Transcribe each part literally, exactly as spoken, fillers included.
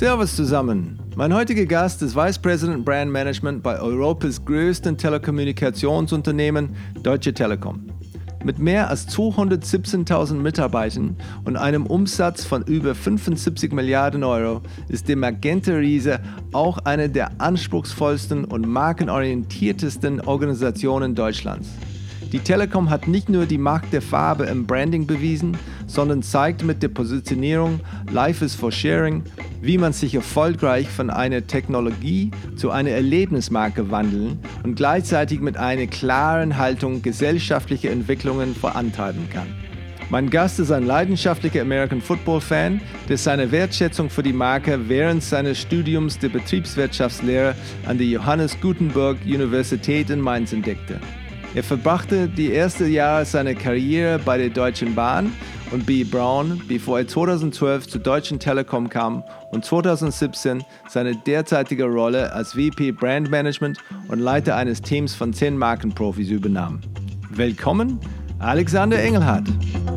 Servus zusammen. Mein heutiger Gast ist Vice President Brand Management bei Europas größten Telekommunikationsunternehmen Deutsche Telekom. Mit mehr als zweihundertsiebzehntausend Mitarbeitern und einem Umsatz von über fünfundsiebzig Milliarden Euro ist die Magenta-Riese auch eine der anspruchsvollsten und markenorientiertesten Organisationen Deutschlands. Die Telekom hat nicht nur die Macht der Farbe im Branding bewiesen, sondern zeigt mit der Positionierung Life is for Sharing, wie man sich erfolgreich von einer Technologie zu einer Erlebnismarke wandeln und gleichzeitig mit einer klaren Haltung gesellschaftliche Entwicklungen vorantreiben kann. Mein Gast ist ein leidenschaftlicher American Football Fan, der seine Wertschätzung für die Marke während seines Studiums der Betriebswirtschaftslehre an der Johannes Gutenberg Universität in Mainz entdeckte. Er verbrachte die ersten Jahre seiner Karriere bei der Deutschen Bahn und B. Braun, bevor er zweitausendzwölf zur Deutschen Telekom kam und zweitausendsiebzehn seine derzeitige Rolle als V P Brand Management und Leiter eines Teams von zehn Markenprofis übernahm. Willkommen, Alexander Engelhardt.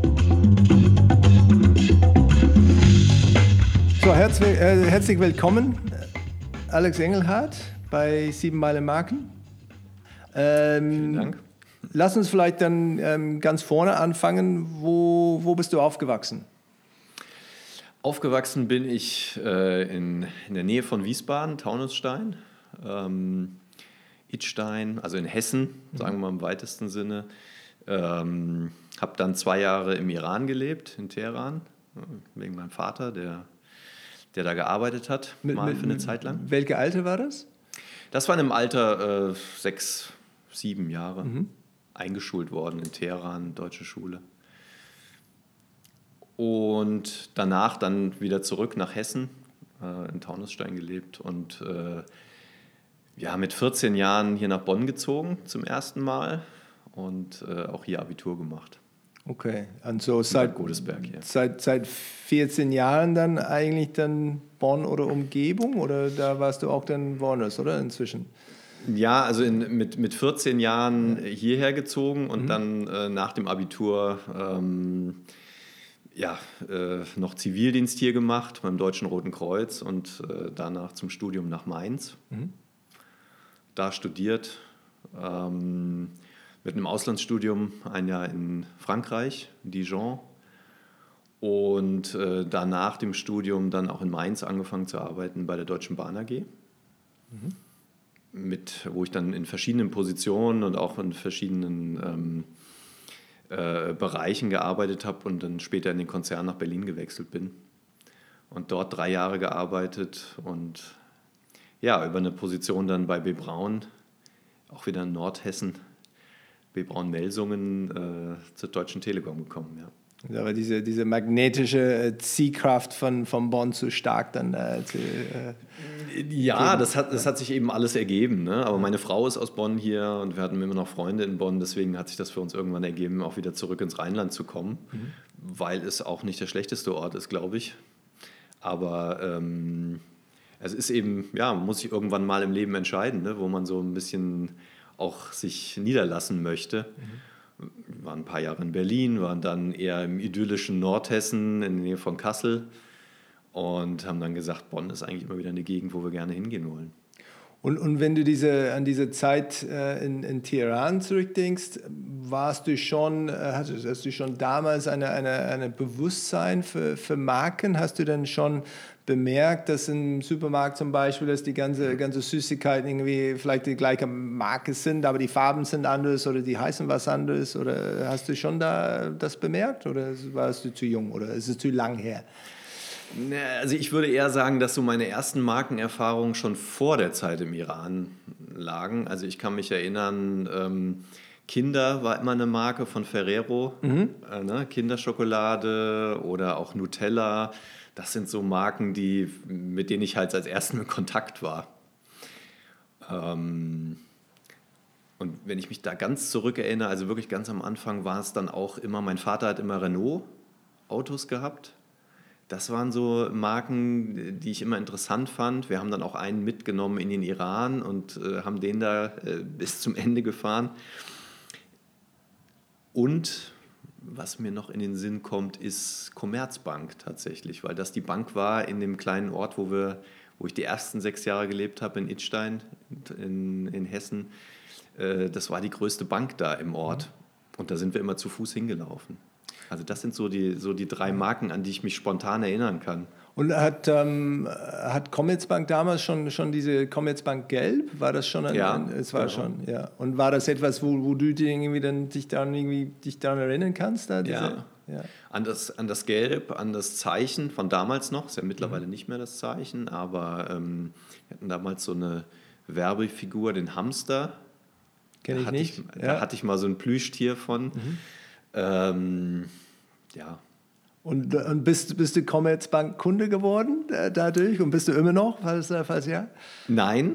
So, herzlich, äh, herzlich willkommen, Alex Engelhardt bei sieben Meilen Marken. Ähm, Vielen Dank. Lass uns vielleicht dann ähm, ganz vorne anfangen. Wo, wo bist du aufgewachsen? Aufgewachsen bin ich äh, in, in der Nähe von Wiesbaden, Taunusstein, ähm, Idstein, also in Hessen, sagen wir mal im weitesten Sinne. Ähm, habe dann zwei Jahre im Iran gelebt, in Teheran, wegen meinem Vater, der, der da gearbeitet hat, mit, mal mit, für eine Zeit lang. Welches Alter war das? Das war im Alter äh, sechs, sieben Jahre. Mhm. Eingeschult worden in Teheran, deutsche Schule. Und danach dann wieder zurück nach Hessen, äh, in Taunusstein gelebt und äh, ja, mit vierzehn Jahren hier nach Bonn gezogen zum ersten Mal und äh, auch hier Abitur gemacht. Okay, und so seit, Godesberg hier. Seit, seit vierzehn Jahren dann eigentlich dann Bonn oder Umgebung oder da warst du auch dann woanders, oder inzwischen? Ja, also in, mit, mit vierzehn Jahren hierher gezogen und mhm. dann äh, nach dem Abitur ähm, ja, äh, noch Zivildienst hier gemacht beim Deutschen Roten Kreuz und äh, danach zum Studium nach Mainz. Mhm. Da studiert, ähm, mit einem Auslandsstudium ein Jahr in Frankreich, Dijon. Und äh, danach dem Studium dann auch in Mainz angefangen zu arbeiten bei der Deutschen Bahn A G. Mhm. Mit, wo ich dann in verschiedenen Positionen und auch in verschiedenen ähm, äh, Bereichen gearbeitet habe und dann später in den Konzern nach Berlin gewechselt bin. Und dort drei Jahre gearbeitet und ja, über eine Position dann bei B. Braun, auch wieder in Nordhessen, B. Braun Melsungen äh, zur Deutschen Telekom gekommen, ja. Aber diese, diese magnetische Ziehkraft von, von Bonn zu stark dann äh, zu, äh, ja, das hat, das hat sich eben alles ergeben. Ne? Aber meine Frau ist aus Bonn hier und wir hatten immer noch Freunde in Bonn. Deswegen hat sich das für uns irgendwann ergeben, auch wieder zurück ins Rheinland zu kommen, mhm. weil es auch nicht der schlechteste Ort ist, glaube ich. Aber ähm, es ist eben, ja, man muss sich irgendwann mal im Leben entscheiden, ne? Wo man so ein bisschen auch sich niederlassen möchte. Mhm. Wir waren ein paar Jahre in Berlin, waren dann eher im idyllischen Nordhessen in der Nähe von Kassel und haben dann gesagt, Bonn ist eigentlich immer wieder eine Gegend, wo wir gerne hingehen wollen. Und, und wenn du diese, an diese Zeit äh, in, in Teheran zurückdenkst, warst du schon, äh, hast, hast du schon damals eine, eine, eine Bewusstsein für, für Marken? Hast du dann schon bemerkt, dass im Supermarkt zum Beispiel, dass die ganze, ganze Süßigkeiten irgendwie vielleicht die gleiche Marke sind, aber die Farben sind anders oder die heißen was anderes? Oder hast du schon da das bemerkt oder warst du zu jung oder ist es zu lang her? Also ich würde eher sagen, dass so meine ersten Markenerfahrungen schon vor der Zeit im Iran lagen. Also ich kann mich erinnern, ähm, Kinder war immer eine Marke von Ferrero, mhm. äh, ne? Kinderschokolade oder auch Nutella. Das sind so Marken, die, mit denen ich halt als ersten in Kontakt war. Ähm, und wenn ich mich da ganz zurückerinnere, also wirklich ganz am Anfang war es dann auch immer, mein Vater hat immer Renault-Autos gehabt. Das waren so Marken, die ich immer interessant fand. Wir haben dann auch einen mitgenommen in den Iran und äh, haben den da äh, bis zum Ende gefahren. Und was mir noch in den Sinn kommt, ist Commerzbank tatsächlich, weil das die Bank war in dem kleinen Ort, wo wir, wo ich die ersten sechs Jahre gelebt habe, in Idstein in, in Hessen. Äh, das war die größte Bank da im Ort und da sind wir immer zu Fuß hingelaufen. Also das sind so die, so die drei Marken, an die ich mich spontan erinnern kann. Und hat, ähm, hat Commerzbank damals schon, schon diese Commerzbank Gelb? War das schon? Ein, Ja, ein, es war genau. schon, ja. Und war das etwas, wo, wo du dich irgendwie dann, dich daran irgendwie dich daran erinnern kannst? Da, diese, ja. ja. An das, an das Gelb, an das Zeichen von damals noch, ist ja mittlerweile mhm. nicht mehr das Zeichen, aber ähm, wir hatten damals so eine Werbefigur, den Hamster. Kenn ich da nicht. Ich, ja. Da hatte ich mal so ein Plüschtier von. Mhm. Ähm, ja. Und, und bist, bist du Commerzbank-Kunde geworden äh, dadurch? Und bist du immer noch, falls, falls ja? Nein,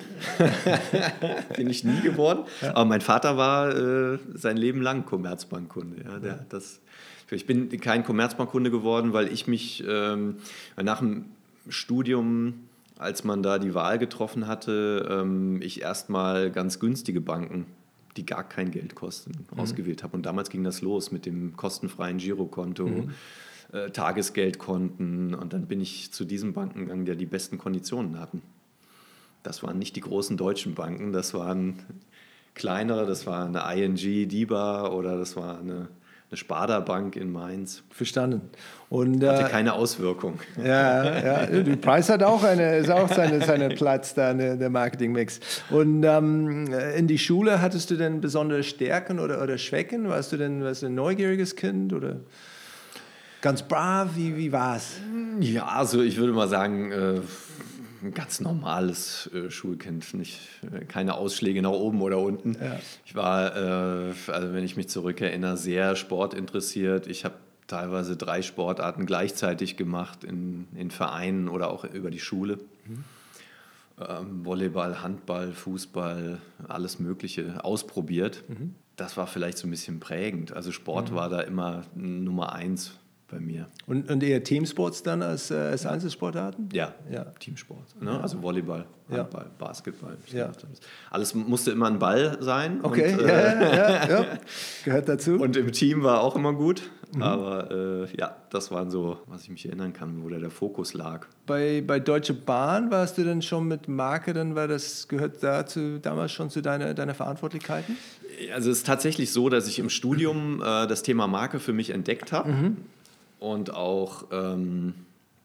bin ich nie geworden. Ja. Aber mein Vater war äh, sein Leben lang Commerzbank-Kunde. Ja, der, ja. Das, ich bin kein Commerzbank-Kunde geworden, weil ich mich ähm, nach dem Studium, als man da die Wahl getroffen hatte, ähm, ich erstmal ganz günstige Banken, die gar kein Geld kosten, mhm. ausgewählt habe. Und damals ging das los mit dem kostenfreien Girokonto. Mhm. Tagesgeldkonten und dann bin ich zu diesen Banken gegangen, die die besten Konditionen hatten. Das waren nicht die großen deutschen Banken, das waren kleinere, das war eine I N G, DiBa oder das war eine, eine Sparda-Bank in Mainz. Verstanden. Und, hatte äh, keine Auswirkung. Ja, ja, die Price hat auch, eine, ist auch seine, seine Platz da, eine, der Marketingmix. Und ähm, in die Schule hattest du denn besondere Stärken oder, oder Schwächen? Warst du denn warst du ein neugieriges Kind oder... Ganz brav, wie, wie war es? Ja, also ich würde mal sagen, äh, ein ganz normales äh, Schulkind, nicht, äh, keine Ausschläge nach oben oder unten. Ja. Ich war, äh, also wenn ich mich zurückerinnere, sehr sportinteressiert. Ich habe teilweise drei Sportarten gleichzeitig gemacht in, in Vereinen oder auch über die Schule. Mhm. Ähm, Volleyball, Handball, Fußball, alles Mögliche ausprobiert. Mhm. Das war vielleicht so ein bisschen prägend. Also Sport mhm. war da immer Nummer eins bei mir. Und, und eher Teamsports dann als, äh, als Einzelsportarten? Ja, ja. Teamsport. Ne? Also Volleyball, Handball, ja. Basketball. Ja. Alles musste immer ein Ball sein. Okay, und, ja, äh, ja, ja, gehört dazu. Und im Team war auch immer gut. Mhm. Aber äh, ja, das waren so, was ich mich erinnern kann, wo da der Fokus lag. Bei, bei Deutsche Bahn warst du denn schon mit Marke, dann war das, gehört dazu damals schon zu deiner, deiner Verantwortlichkeiten? Also es ist tatsächlich so, dass ich im Studium äh, das Thema Marke für mich entdeckt habe. Mhm. Und auch ähm,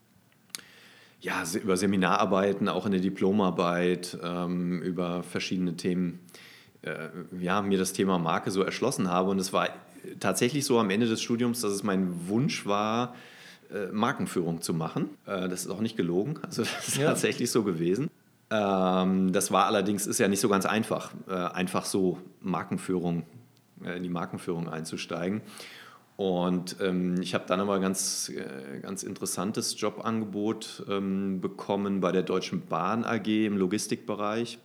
ja, über Seminararbeiten, auch in der Diplomarbeit, ähm, über verschiedene Themen, äh, ja, mir das Thema Marke so erschlossen habe. Und es war tatsächlich so am Ende des Studiums, dass es mein Wunsch war, äh, Markenführung zu machen. Äh, das ist auch nicht gelogen, also das ist ja. tatsächlich so gewesen. Ähm, das war allerdings, ist ja nicht so ganz einfach, äh, einfach so Markenführung, äh, in die Markenführung einzusteigen. Und ähm, ich habe dann aber ein ganz, äh, ganz interessantes Jobangebot ähm, bekommen bei der Deutschen Bahn A G im Logistikbereich,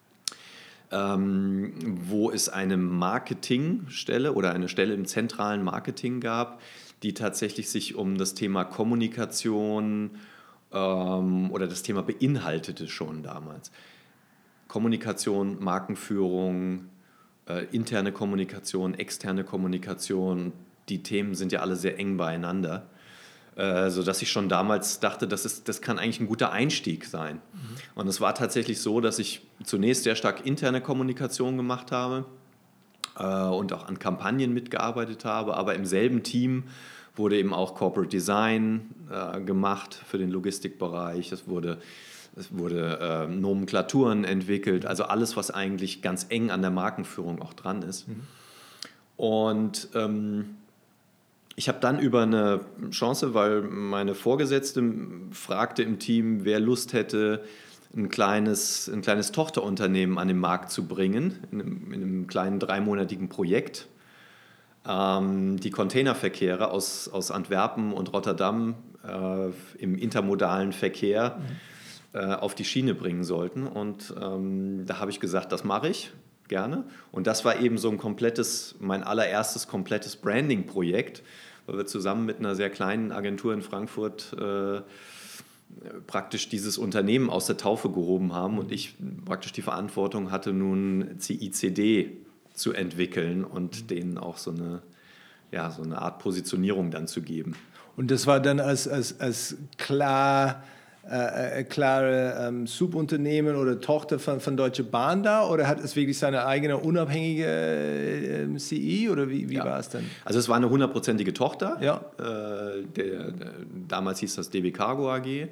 ähm, wo es eine Marketingstelle oder eine Stelle im zentralen Marketing gab, die tatsächlich sich um das Thema Kommunikation ähm, oder das Thema beinhaltete schon damals. Kommunikation, Markenführung, äh, interne Kommunikation, externe Kommunikation. Die Themen sind ja alle sehr eng beieinander, äh, sodass ich schon damals dachte, das, ist, das kann eigentlich ein guter Einstieg sein. Mhm. Und es war tatsächlich so, dass ich zunächst sehr stark interne Kommunikation gemacht habe äh, und auch an Kampagnen mitgearbeitet habe, aber im selben Team wurde eben auch Corporate Design äh, gemacht für den Logistikbereich. Es wurde, es wurde äh, Nomenklaturen entwickelt, also alles, was eigentlich ganz eng an der Markenführung auch dran ist. Mhm. Und ähm, ich habe dann über eine Chance, weil meine Vorgesetzte fragte im Team, wer Lust hätte, ein kleines, ein kleines Tochterunternehmen an den Markt zu bringen, in einem, in einem kleinen dreimonatigen Projekt, ähm, die Containerverkehre aus, aus Antwerpen und Rotterdam äh, im intermodalen Verkehr äh, auf die Schiene bringen sollten. Und ähm, da habe ich gesagt, das mache ich gerne. Und das war eben so ein komplettes, mein allererstes komplettes Branding-Projekt, weil wir zusammen mit einer sehr kleinen Agentur in Frankfurt äh, praktisch dieses Unternehmen aus der Taufe gehoben haben und ich praktisch die Verantwortung hatte, nun C I C D zu entwickeln und denen auch so eine, ja, so eine Art Positionierung dann zu geben. Und das war dann als, als, als klar, äh, klare ähm, Subunternehmen oder Tochter von, von Deutsche Bahn da? Oder hat es wirklich seine eigene unabhängige äh, C E? Oder wie, wie ja. war es denn? Also es war eine hundertprozentige Tochter. Ja. Äh, der, der, damals hieß das D B Cargo A G.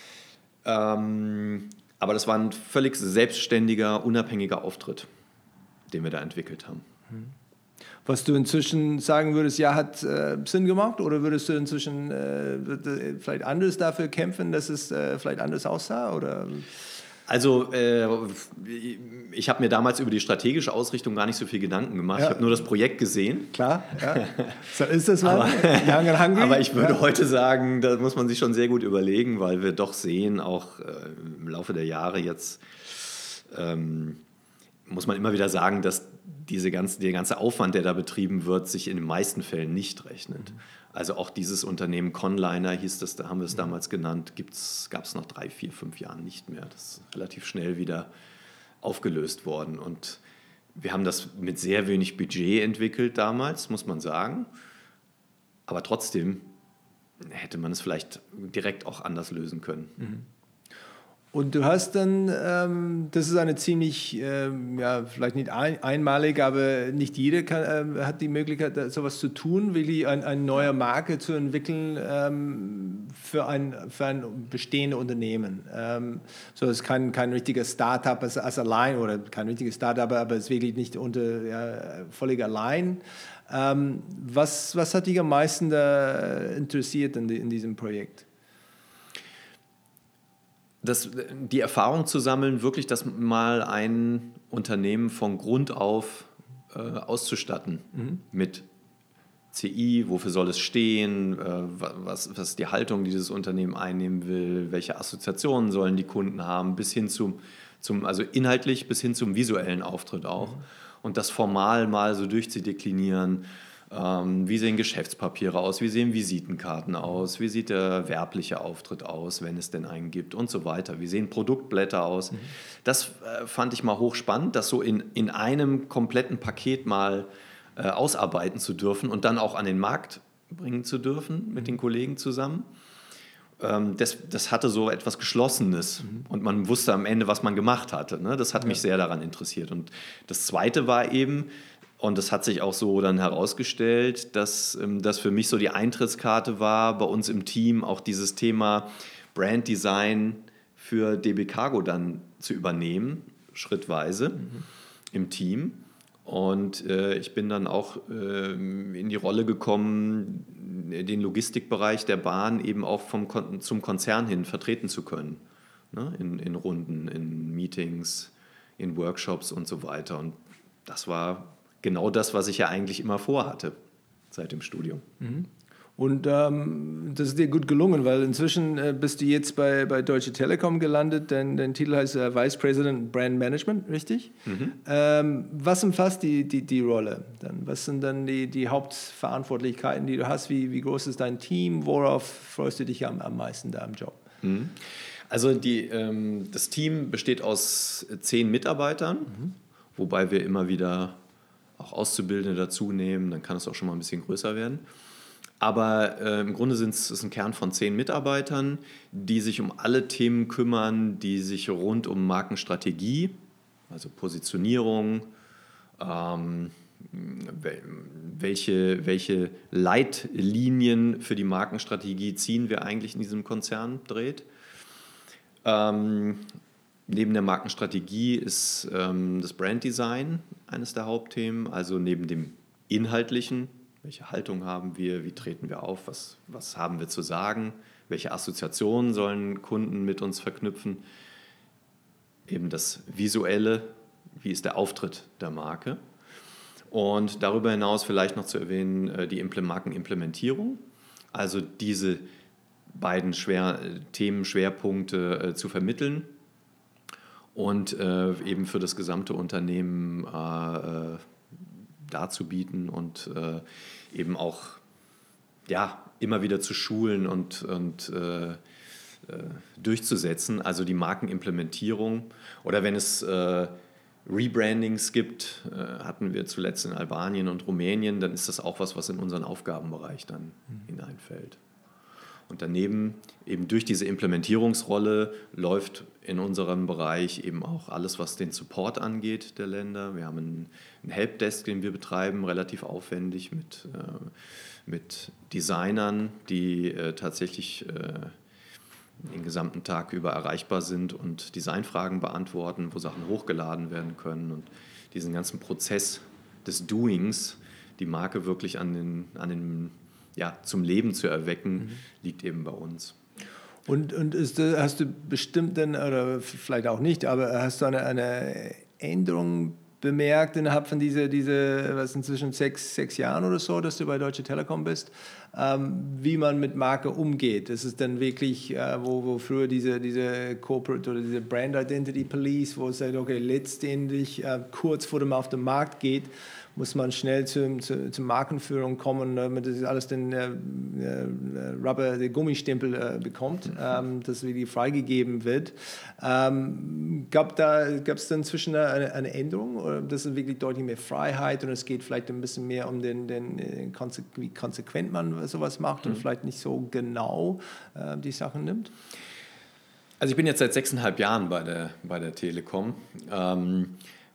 Ähm, aber das war ein völlig selbstständiger, unabhängiger Auftritt, den wir da entwickelt haben. Was du inzwischen sagen würdest, ja, hat äh, Sinn gemacht? Oder würdest du inzwischen äh, vielleicht anders dafür kämpfen, dass es äh, vielleicht anders aussah? Oder? Also äh, ich habe mir damals über die strategische Ausrichtung gar nicht so viel Gedanken gemacht. Ja. Ich habe nur das Projekt gesehen. Klar, ja. So ist das aber, Young and Hungry? Aber ich würde ja. heute sagen, da muss man sich schon sehr gut überlegen, weil wir doch sehen, auch äh, im Laufe der Jahre jetzt, ähm, muss man immer wieder sagen, dass diese ganze, der ganze Aufwand, der da betrieben wird, sich in den meisten Fällen nicht rechnet. Also auch dieses Unternehmen Conliner hieß das, da haben wir es damals genannt, gab es nach drei, vier, fünf Jahren nicht mehr. Das ist relativ schnell wieder aufgelöst worden. Und wir haben das mit sehr wenig Budget entwickelt damals, muss man sagen. Aber trotzdem hätte man es vielleicht direkt auch anders lösen können. Mhm. Und du hast dann, ähm, das ist eine ziemlich, ähm, ja, vielleicht nicht ein, einmalig, aber nicht jeder kann, äh, hat die Möglichkeit, sowas zu tun, wirklich ein, eine neue Marke zu entwickeln ähm, für, ein, für ein bestehendes Unternehmen. Ähm, so, es ist kein, kein richtiges Startup als, als allein oder kein richtiges Startup, aber es ist wirklich nicht unter, ja, völlig allein. Ähm, was, was hat dich am meisten da interessiert in, die, in diesem Projekt? Das, die Erfahrung zu sammeln, wirklich das mal ein Unternehmen von Grund auf äh, auszustatten mhm. mit C I, wofür soll es stehen, äh, was, was ist die Haltung, die dieses Unternehmen einnehmen will, welche Assoziationen sollen die Kunden haben, bis hin zum, zum also inhaltlich bis hin zum visuellen Auftritt auch. Mhm. Und das formal mal so durchzudeklinieren. Ähm, wie sehen Geschäftspapiere aus, wie sehen Visitenkarten aus, wie sieht der werbliche Auftritt aus, wenn es denn einen gibt und so weiter. Wie sehen Produktblätter aus? Mhm. Das äh, fand ich mal hochspannend, das so in, in einem kompletten Paket mal äh, ausarbeiten zu dürfen und dann auch an den Markt bringen zu dürfen mit den Kollegen zusammen. Ähm, das, das hatte so etwas Geschlossenes mhm. und man wusste am Ende, was man gemacht hatte. Ne? Das hat ja. mich sehr daran interessiert. Und das Zweite war eben, und das hat sich auch so dann herausgestellt, dass ähm, das für mich so die Eintrittskarte war, bei uns im Team auch dieses Thema Brand Design für D B Cargo dann zu übernehmen, schrittweise mhm. im Team. Und äh, ich bin dann auch äh, in die Rolle gekommen, den Logistikbereich der Bahn eben auch vom Kon- zum Konzern hin vertreten zu können. Ne? In, in Runden, in Meetings, in Workshops und so weiter. Und das war genau das, was ich ja eigentlich immer vorhatte seit dem Studium. Mhm. Und ähm, das ist dir gut gelungen, weil inzwischen äh, bist du jetzt bei, bei Deutsche Telekom gelandet, denn dein Titel heißt äh, Vice President Brand Management, richtig? Mhm. Ähm, was umfasst die, die, die Rolle dann? Was sind dann die, die Hauptverantwortlichkeiten, die du hast? Wie, wie groß ist dein Team? Worauf freust du dich am, am meisten da im Job? Mhm. Also die, ähm, das Team besteht aus zehn Mitarbeitern, mhm. wobei wir immer wieder auch Auszubildende dazu nehmen, dann kann es auch schon mal ein bisschen größer werden. Aber äh, im Grunde sind es ein Kern von zehn Mitarbeitern, die sich um alle Themen kümmern, die sich rund um Markenstrategie, also Positionierung, ähm, welche, welche Leitlinien für die Markenstrategie ziehen wir eigentlich in diesem Konzern dreht. Ähm, Neben der Markenstrategie ist ähm, das Branddesign eines der Hauptthemen, also neben dem Inhaltlichen, welche Haltung haben wir, wie treten wir auf, was, was haben wir zu sagen, welche Assoziationen sollen Kunden mit uns verknüpfen, eben das Visuelle, wie ist der Auftritt der Marke und darüber hinaus vielleicht noch zu erwähnen die Markenimplementierung, also diese beiden Schwer, Themenschwerpunkte äh, zu vermitteln. Und äh, eben für das gesamte Unternehmen äh, äh, darzubieten und äh, eben auch ja, immer wieder zu schulen und, und äh, äh, durchzusetzen. Also die Markenimplementierung oder wenn es, äh, Rebrandings gibt, äh, hatten wir zuletzt in Albanien und Rumänien, dann ist das auch was, was in unseren Aufgabenbereich dann mhm. hineinfällt. Und daneben, eben durch diese Implementierungsrolle, läuft in unserem Bereich eben auch alles, was den Support angeht der Länder. Wir haben einen, einen Helpdesk, den wir betreiben, relativ aufwendig mit, äh, mit Designern, die äh, tatsächlich äh, den gesamten Tag über erreichbar sind und Designfragen beantworten, wo Sachen hochgeladen werden können und diesen ganzen Prozess des Doings, die Marke wirklich an den, an den, ja, zum Leben zu erwecken, mhm. liegt eben bei uns. Und, und ist, hast du bestimmt dann, oder vielleicht auch nicht, aber hast du eine, eine Änderung bemerkt innerhalb von dieser, diese, was inzwischen sechs, sechs Jahren oder so, dass du bei Deutsche Telekom bist, ähm, wie man mit Marke umgeht? Das ist dann wirklich, äh, wo, wo früher diese, diese Corporate oder diese Brand Identity Police, wo es sagt, okay, letztendlich äh, kurz vor dem auf den Markt geht, muss man schnell zum, zu, zur Markenführung kommen, damit das alles den äh, Rubber, den Gummistempel äh, bekommt, ähm, dass wirklich freigegeben wird. Ähm, gab da, gab es da inzwischen eine, eine Änderung? Oder das ist wirklich deutlich mehr Freiheit und es geht vielleicht ein bisschen mehr um den, den konse- wie konsequent man sowas macht mhm. und vielleicht nicht so genau äh, die Sachen nimmt? Also ich bin jetzt seit sechseinhalb Jahren bei der, bei der Telekom. Ähm,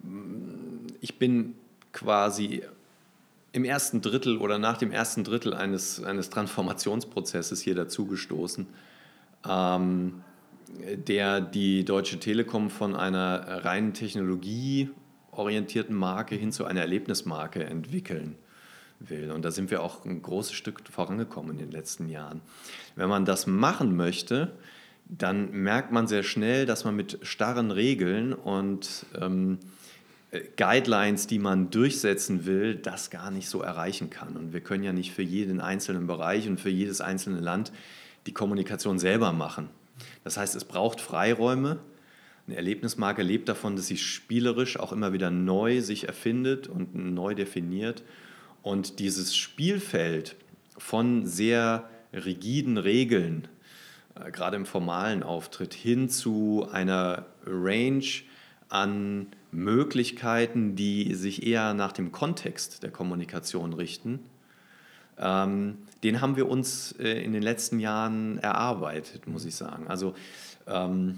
ich bin quasi im ersten Drittel oder nach dem ersten Drittel eines, eines Transformationsprozesses hier dazugestoßen, ähm, der die Deutsche Telekom von einer reinen technologieorientierten Marke hin zu einer Erlebnismarke entwickeln will. Und da sind wir auch ein großes Stück vorangekommen in den letzten Jahren. Wenn man das machen möchte, dann merkt man sehr schnell, dass man mit starren Regeln und ähm, Guidelines, die man durchsetzen will, das gar nicht so erreichen kann. Und wir können ja nicht für jeden einzelnen Bereich und für jedes einzelne Land die Kommunikation selber machen. Das heißt, es braucht Freiräume. Eine Erlebnismarke lebt davon, dass sie spielerisch auch immer wieder neu sich erfindet und neu definiert. Und dieses Spielfeld von sehr rigiden Regeln, äh, gerade im formalen Auftritt, hin zu einer Range an Möglichkeiten, die sich eher nach dem Kontext der Kommunikation richten, ähm, den haben wir uns äh, in den letzten Jahren erarbeitet, muss ich sagen. Also ähm,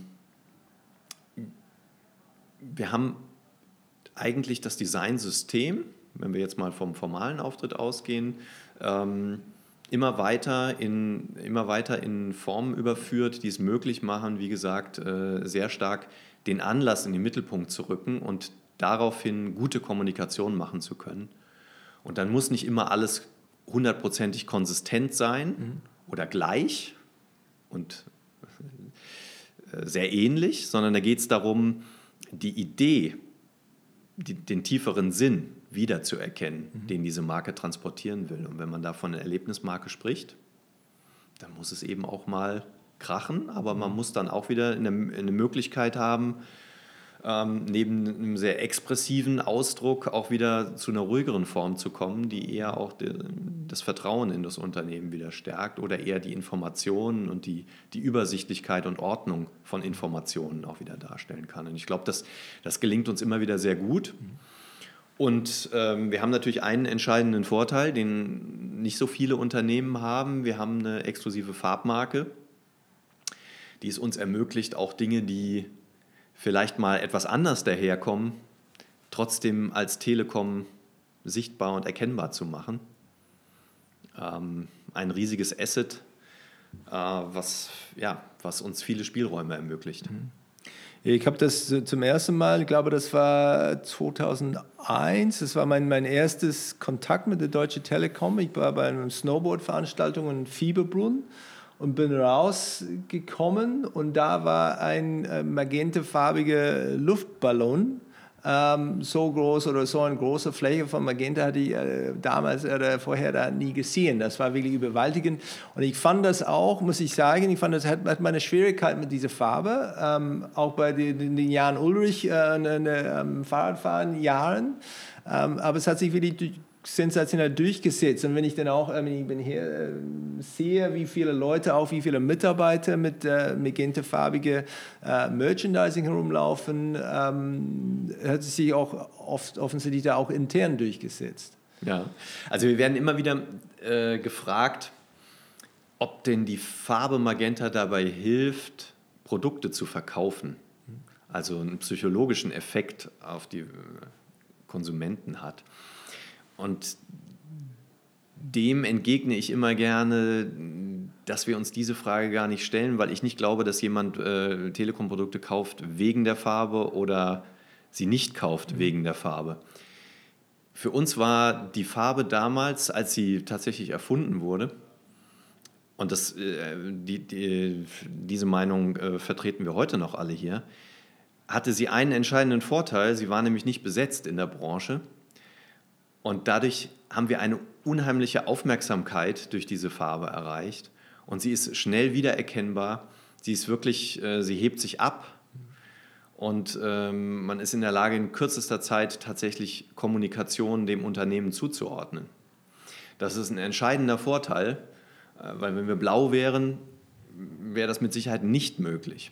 wir haben eigentlich das Designsystem, wenn wir jetzt mal vom formalen Auftritt ausgehen, ähm, immer weiter in, immer weiter in Formen überführt, die es möglich machen, wie gesagt, äh, sehr stark den Anlass in den Mittelpunkt zu rücken und daraufhin gute Kommunikation machen zu können. Und dann muss nicht immer alles hundertprozentig konsistent sein mhm. oder gleich und sehr ähnlich, sondern da geht es darum, die Idee, die, den tieferen Sinn wiederzuerkennen, mhm. den diese Marke transportieren will. Und wenn man da von einer Erlebnismarke spricht, dann muss es eben auch mal krachen, aber man muss dann auch wieder eine, eine Möglichkeit haben, ähm, neben einem sehr expressiven Ausdruck auch wieder zu einer ruhigeren Form zu kommen, die eher auch de, das Vertrauen in das Unternehmen wieder stärkt oder eher die Informationen und die, die Übersichtlichkeit und Ordnung von Informationen auch wieder darstellen kann. Und ich glaube, das, das gelingt uns immer wieder sehr gut. Und ähm, wir haben natürlich einen entscheidenden Vorteil, den nicht so viele Unternehmen haben. Wir haben eine exklusive Farbmarke, die es uns ermöglicht, auch Dinge, die vielleicht mal etwas anders daherkommen, trotzdem als Telekom sichtbar und erkennbar zu machen. Ähm, ein riesiges Asset, äh, was, ja, was uns viele Spielräume ermöglicht. Ich habe das zum ersten Mal, ich glaube, das war zweitausendeins, das war mein, mein erstes Kontakt mit der Deutschen Telekom. Ich war bei einer Snowboard-Veranstaltung in Fieberbrunn und bin rausgekommen und da war ein äh, magentefarbiger Luftballon, ähm, so groß oder so eine große Fläche von Magenta hatte ich äh, damals oder vorher da nie gesehen. Das war wirklich überwältigend und ich fand das auch, muss ich sagen, ich fand das hat, hat meine Schwierigkeit mit dieser Farbe, ähm, auch bei den, den Jan Ulrich äh, in, in, ähm, Fahrradfahren Jahren, ähm, aber es hat sich wirklich sensationell durchgesetzt. Und wenn ich dann auch, äh, ich bin hier, äh, sehe, wie viele Leute, auch wie viele Mitarbeiter mit äh, magentafarbige äh, Merchandising herumlaufen, ähm, hat es sich auch oft offensichtlich da auch intern durchgesetzt. Ja, also wir werden immer wieder äh, gefragt, ob denn die Farbe Magenta dabei hilft, Produkte zu verkaufen. Also einen psychologischen Effekt auf die Konsumenten hat. Und dem entgegne ich immer gerne, dass wir uns diese Frage gar nicht stellen, weil ich nicht glaube, dass jemand äh, Telekom-Produkte kauft wegen der Farbe oder sie nicht kauft wegen der Farbe. Für uns war die Farbe damals, als sie tatsächlich erfunden wurde, und das, äh, die, die, diese Meinung äh, vertreten wir heute noch alle hier, hatte sie einen entscheidenden Vorteil, sie war nämlich nicht besetzt in der Branche. Und dadurch haben wir eine unheimliche Aufmerksamkeit durch diese Farbe erreicht. Und sie ist schnell wiedererkennbar. Sie ist wirklich, äh, sie hebt sich ab. Und ähm, man ist in der Lage, in kürzester Zeit tatsächlich Kommunikation dem Unternehmen zuzuordnen. Das ist ein entscheidender Vorteil, äh, weil wenn wir blau wären, wäre das mit Sicherheit nicht möglich.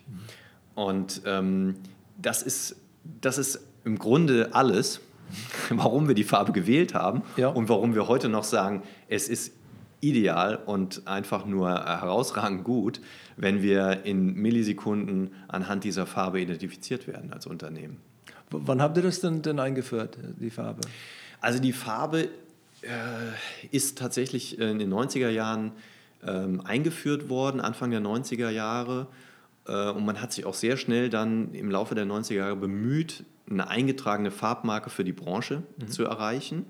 Und ähm, das ist, das ist im Grunde alles, warum wir die Farbe gewählt haben, ja, und warum wir heute noch sagen, es ist ideal und einfach nur herausragend gut, wenn wir in Millisekunden anhand dieser Farbe identifiziert werden als Unternehmen. W- wann habt ihr das denn, denn eingeführt, die Farbe? Also die Farbe äh, ist tatsächlich in den neunziger Jahren äh, eingeführt worden, Anfang der neunziger Jahre. Äh, und man hat sich auch sehr schnell dann im Laufe der neunziger Jahre bemüht, eine eingetragene Farbmarke für die Branche mhm. zu erreichen.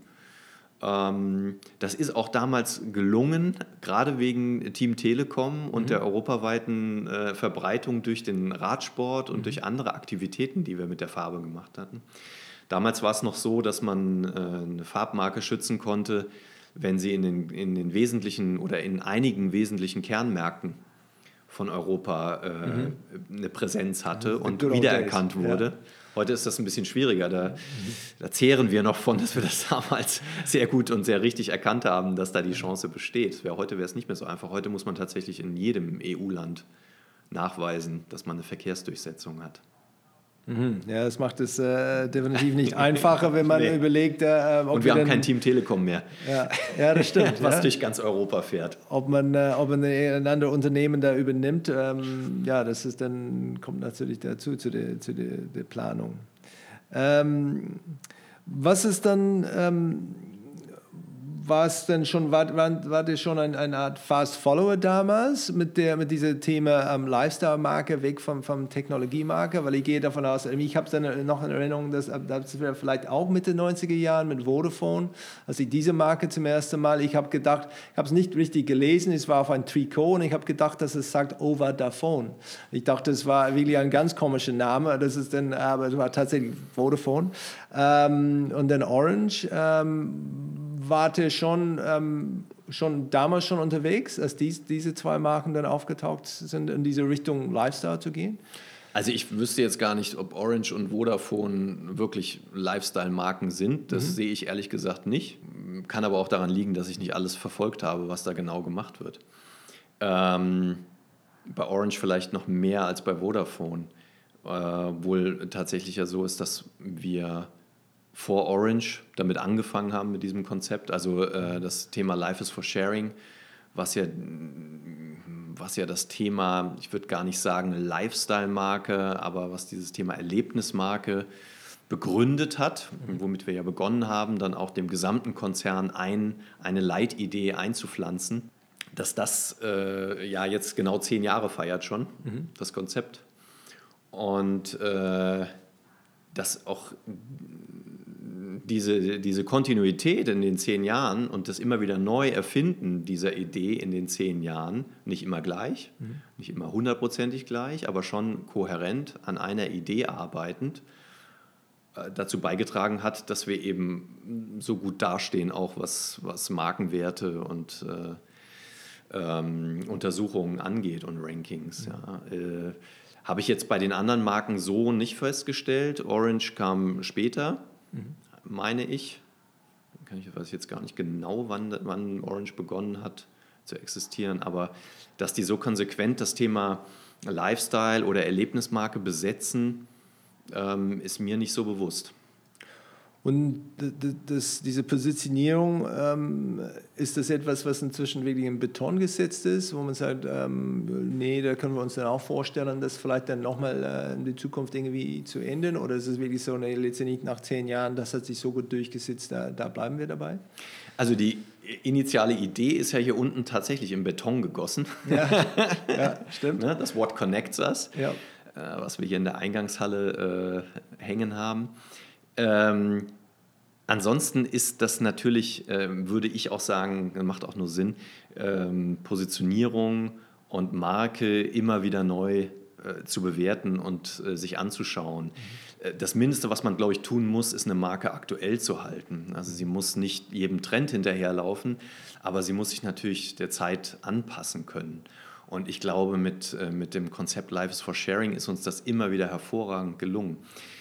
Ähm, das ist auch damals gelungen, gerade wegen Team Telekom und mhm. der europaweiten äh, Verbreitung durch den Radsport und mhm. durch andere Aktivitäten, die wir mit der Farbe gemacht hatten. Damals war es noch so, dass man äh, eine Farbmarke schützen konnte, wenn sie in den, in den wesentlichen oder in einigen wesentlichen Kernmärkten von Europa äh, mhm. eine Präsenz hatte und wiedererkannt wurde. Ja. Heute ist das ein bisschen schwieriger. Da, mhm. da zehren wir noch von, dass wir das damals sehr gut und sehr richtig erkannt haben, dass da die Chance besteht. Heute wäre es nicht mehr so einfach. Heute muss man tatsächlich in jedem E U-Land nachweisen, dass man eine Verkehrsdurchsetzung hat. Mhm. Ja, das macht es äh, definitiv nicht einfacher, wenn man nee. überlegt, äh, ob und wir, wir haben kein Team Telekom mehr, ja, ja, das stimmt, was ja. durch ganz Europa fährt. Ob man, äh, ob man ein anderes Unternehmen da übernimmt, ähm, ja, das ist dann, kommt natürlich dazu, zu der, zu der, der Planung. Ähm, was ist dann, ähm, war es denn schon, war, war, war das schon ein, eine Art Fast Follower damals mit, der, mit diesem Thema ähm, Lifestyle-Marke weg vom, vom Technologie-Marke? Weil ich gehe davon aus, ich habe dann noch in Erinnerung, dass das wäre vielleicht auch Mitte neunziger Jahren mit Vodafone, als ich diese Marke zum ersten Mal, ich habe gedacht, ich habe es nicht richtig gelesen, es war auf ein Trikot und ich habe gedacht, dass es sagt Vodafone. Ich dachte, es war wirklich ein ganz komischer Name, das ist dann, aber es war tatsächlich Vodafone. Ähm, und dann Orange, ähm, warte schon, ähm, schon damals schon unterwegs, als dies, diese zwei Marken dann aufgetaucht sind, in diese Richtung Lifestyle zu gehen? Also ich wüsste jetzt gar nicht, ob Orange und Vodafone wirklich Lifestyle-Marken sind. Das mhm. sehe ich ehrlich gesagt nicht. Kann aber auch daran liegen, dass ich nicht alles verfolgt habe, was da genau gemacht wird. Ähm, bei Orange vielleicht noch mehr als bei Vodafone. Äh, wohl tatsächlich ja so ist, dass wir vor Orange damit angefangen haben mit diesem Konzept, also äh, das Thema Life is for Sharing, was ja, was ja das Thema, ich würde gar nicht sagen Lifestyle-Marke, aber was dieses Thema Erlebnismarke begründet hat, womit wir ja begonnen haben, dann auch dem gesamten Konzern ein, eine Leitidee einzupflanzen, dass das äh, ja jetzt genau zehn Jahre feiert schon, mhm. das Konzept. Und äh, dass auch Diese, diese Kontinuität in den zehn Jahren und das immer wieder Neuerfinden dieser Idee in den zehn Jahren, nicht immer gleich, mhm. nicht immer hundertprozentig gleich, aber schon kohärent an einer Idee arbeitend, äh, dazu beigetragen hat, dass wir eben so gut dastehen, auch was, was Markenwerte und äh, ähm, Untersuchungen angeht und Rankings. Mhm. Ja. Äh, habe ich jetzt bei den anderen Marken so nicht festgestellt. Orange kam später. Mhm. Meine ich, ich weiß jetzt gar nicht genau, wann, wann Orange begonnen hat zu existieren, aber dass die so konsequent das Thema Lifestyle oder Erlebnismarke besetzen, ähm, ist mir nicht so bewusst. Und das, diese Positionierung, ähm, ist das etwas, was inzwischen wirklich in Beton gesetzt ist, wo man sagt, ähm, nee, da können wir uns dann auch vorstellen, das vielleicht dann nochmal äh, in die Zukunft irgendwie zu ändern? Oder ist es wirklich so, nee, letztendlich nach zehn Jahren, das hat sich so gut durchgesetzt, da, da bleiben wir dabei? Also die initiale Idee ist ja hier unten tatsächlich in Beton gegossen. Ja, ja, stimmt. Ne, das What Connects Us, ja. äh, was wir hier in der Eingangshalle äh, hängen haben. Ähm, ansonsten ist das natürlich, äh, würde ich auch sagen, macht auch nur Sinn, ähm, Positionierung und Marke immer wieder neu äh, zu bewerten und äh, sich anzuschauen. Mhm. Äh, das Mindeste, was man, glaube ich, tun muss, ist eine Marke aktuell zu halten. Also sie muss nicht jedem Trend hinterherlaufen, aber sie muss sich natürlich der Zeit anpassen können. Und ich glaube, mit, äh, mit dem Konzept Life is for Sharing ist uns das immer wieder hervorragend gelungen.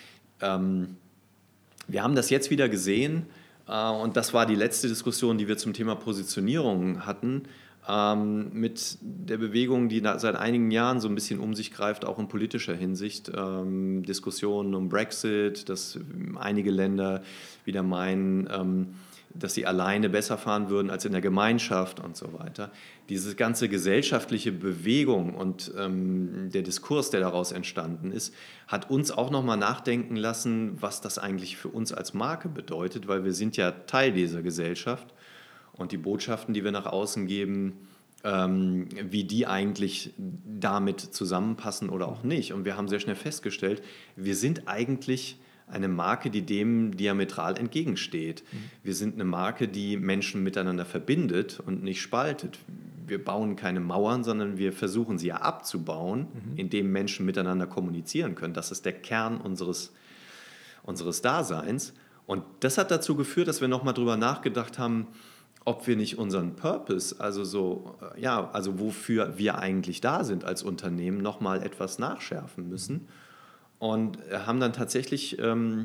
Ähm, Wir haben das jetzt wieder gesehen äh, und das war die letzte Diskussion, die wir zum Thema Positionierung hatten, ähm, mit der Bewegung, die seit einigen Jahren so ein bisschen um sich greift, auch in politischer Hinsicht. Ähm, Diskussionen um Brexit, dass einige Länder wieder meinen, ähm, dass sie alleine besser fahren würden als in der Gemeinschaft und so weiter. Diese ganze gesellschaftliche Bewegung und ähm, der Diskurs, der daraus entstanden ist, hat uns auch nochmal nachdenken lassen, was das eigentlich für uns als Marke bedeutet, weil wir sind ja Teil dieser Gesellschaft und die Botschaften, die wir nach außen geben, ähm, wie die eigentlich damit zusammenpassen oder auch nicht. Und wir haben sehr schnell festgestellt, wir sind eigentlich eine Marke, die dem diametral entgegensteht. Mhm. Wir sind eine Marke, die Menschen miteinander verbindet und nicht spaltet. Wir bauen keine Mauern, sondern wir versuchen sie ja abzubauen, mhm. indem Menschen miteinander kommunizieren können. Das ist der Kern unseres, unseres Daseins. Und das hat dazu geführt, dass wir nochmal drüber nachgedacht haben, ob wir nicht unseren Purpose, also so, ja, also wofür wir eigentlich da sind als Unternehmen, nochmal etwas nachschärfen müssen. Und haben dann tatsächlich ähm,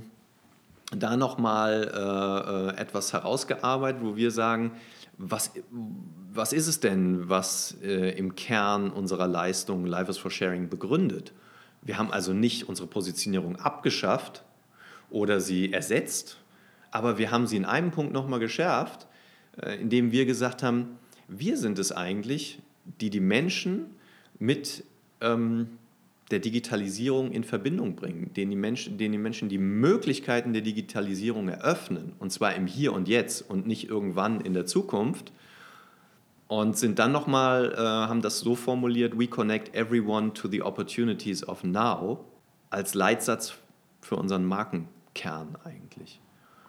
da nochmal äh, etwas herausgearbeitet, wo wir sagen, was, was ist es denn, was äh, im Kern unserer Leistung Life is for Sharing begründet? Wir haben also nicht unsere Positionierung abgeschafft oder sie ersetzt, aber wir haben sie in einem Punkt nochmal geschärft, äh, indem wir gesagt haben, wir sind es eigentlich, die die Menschen mit ähm, der Digitalisierung in Verbindung bringen, denen die, Menschen, denen die Menschen die Möglichkeiten der Digitalisierung eröffnen, und zwar im Hier und Jetzt und nicht irgendwann in der Zukunft. Und sind dann nochmal, äh, haben das so formuliert, we connect everyone to the opportunities of now, als Leitsatz für unseren Markenkern eigentlich.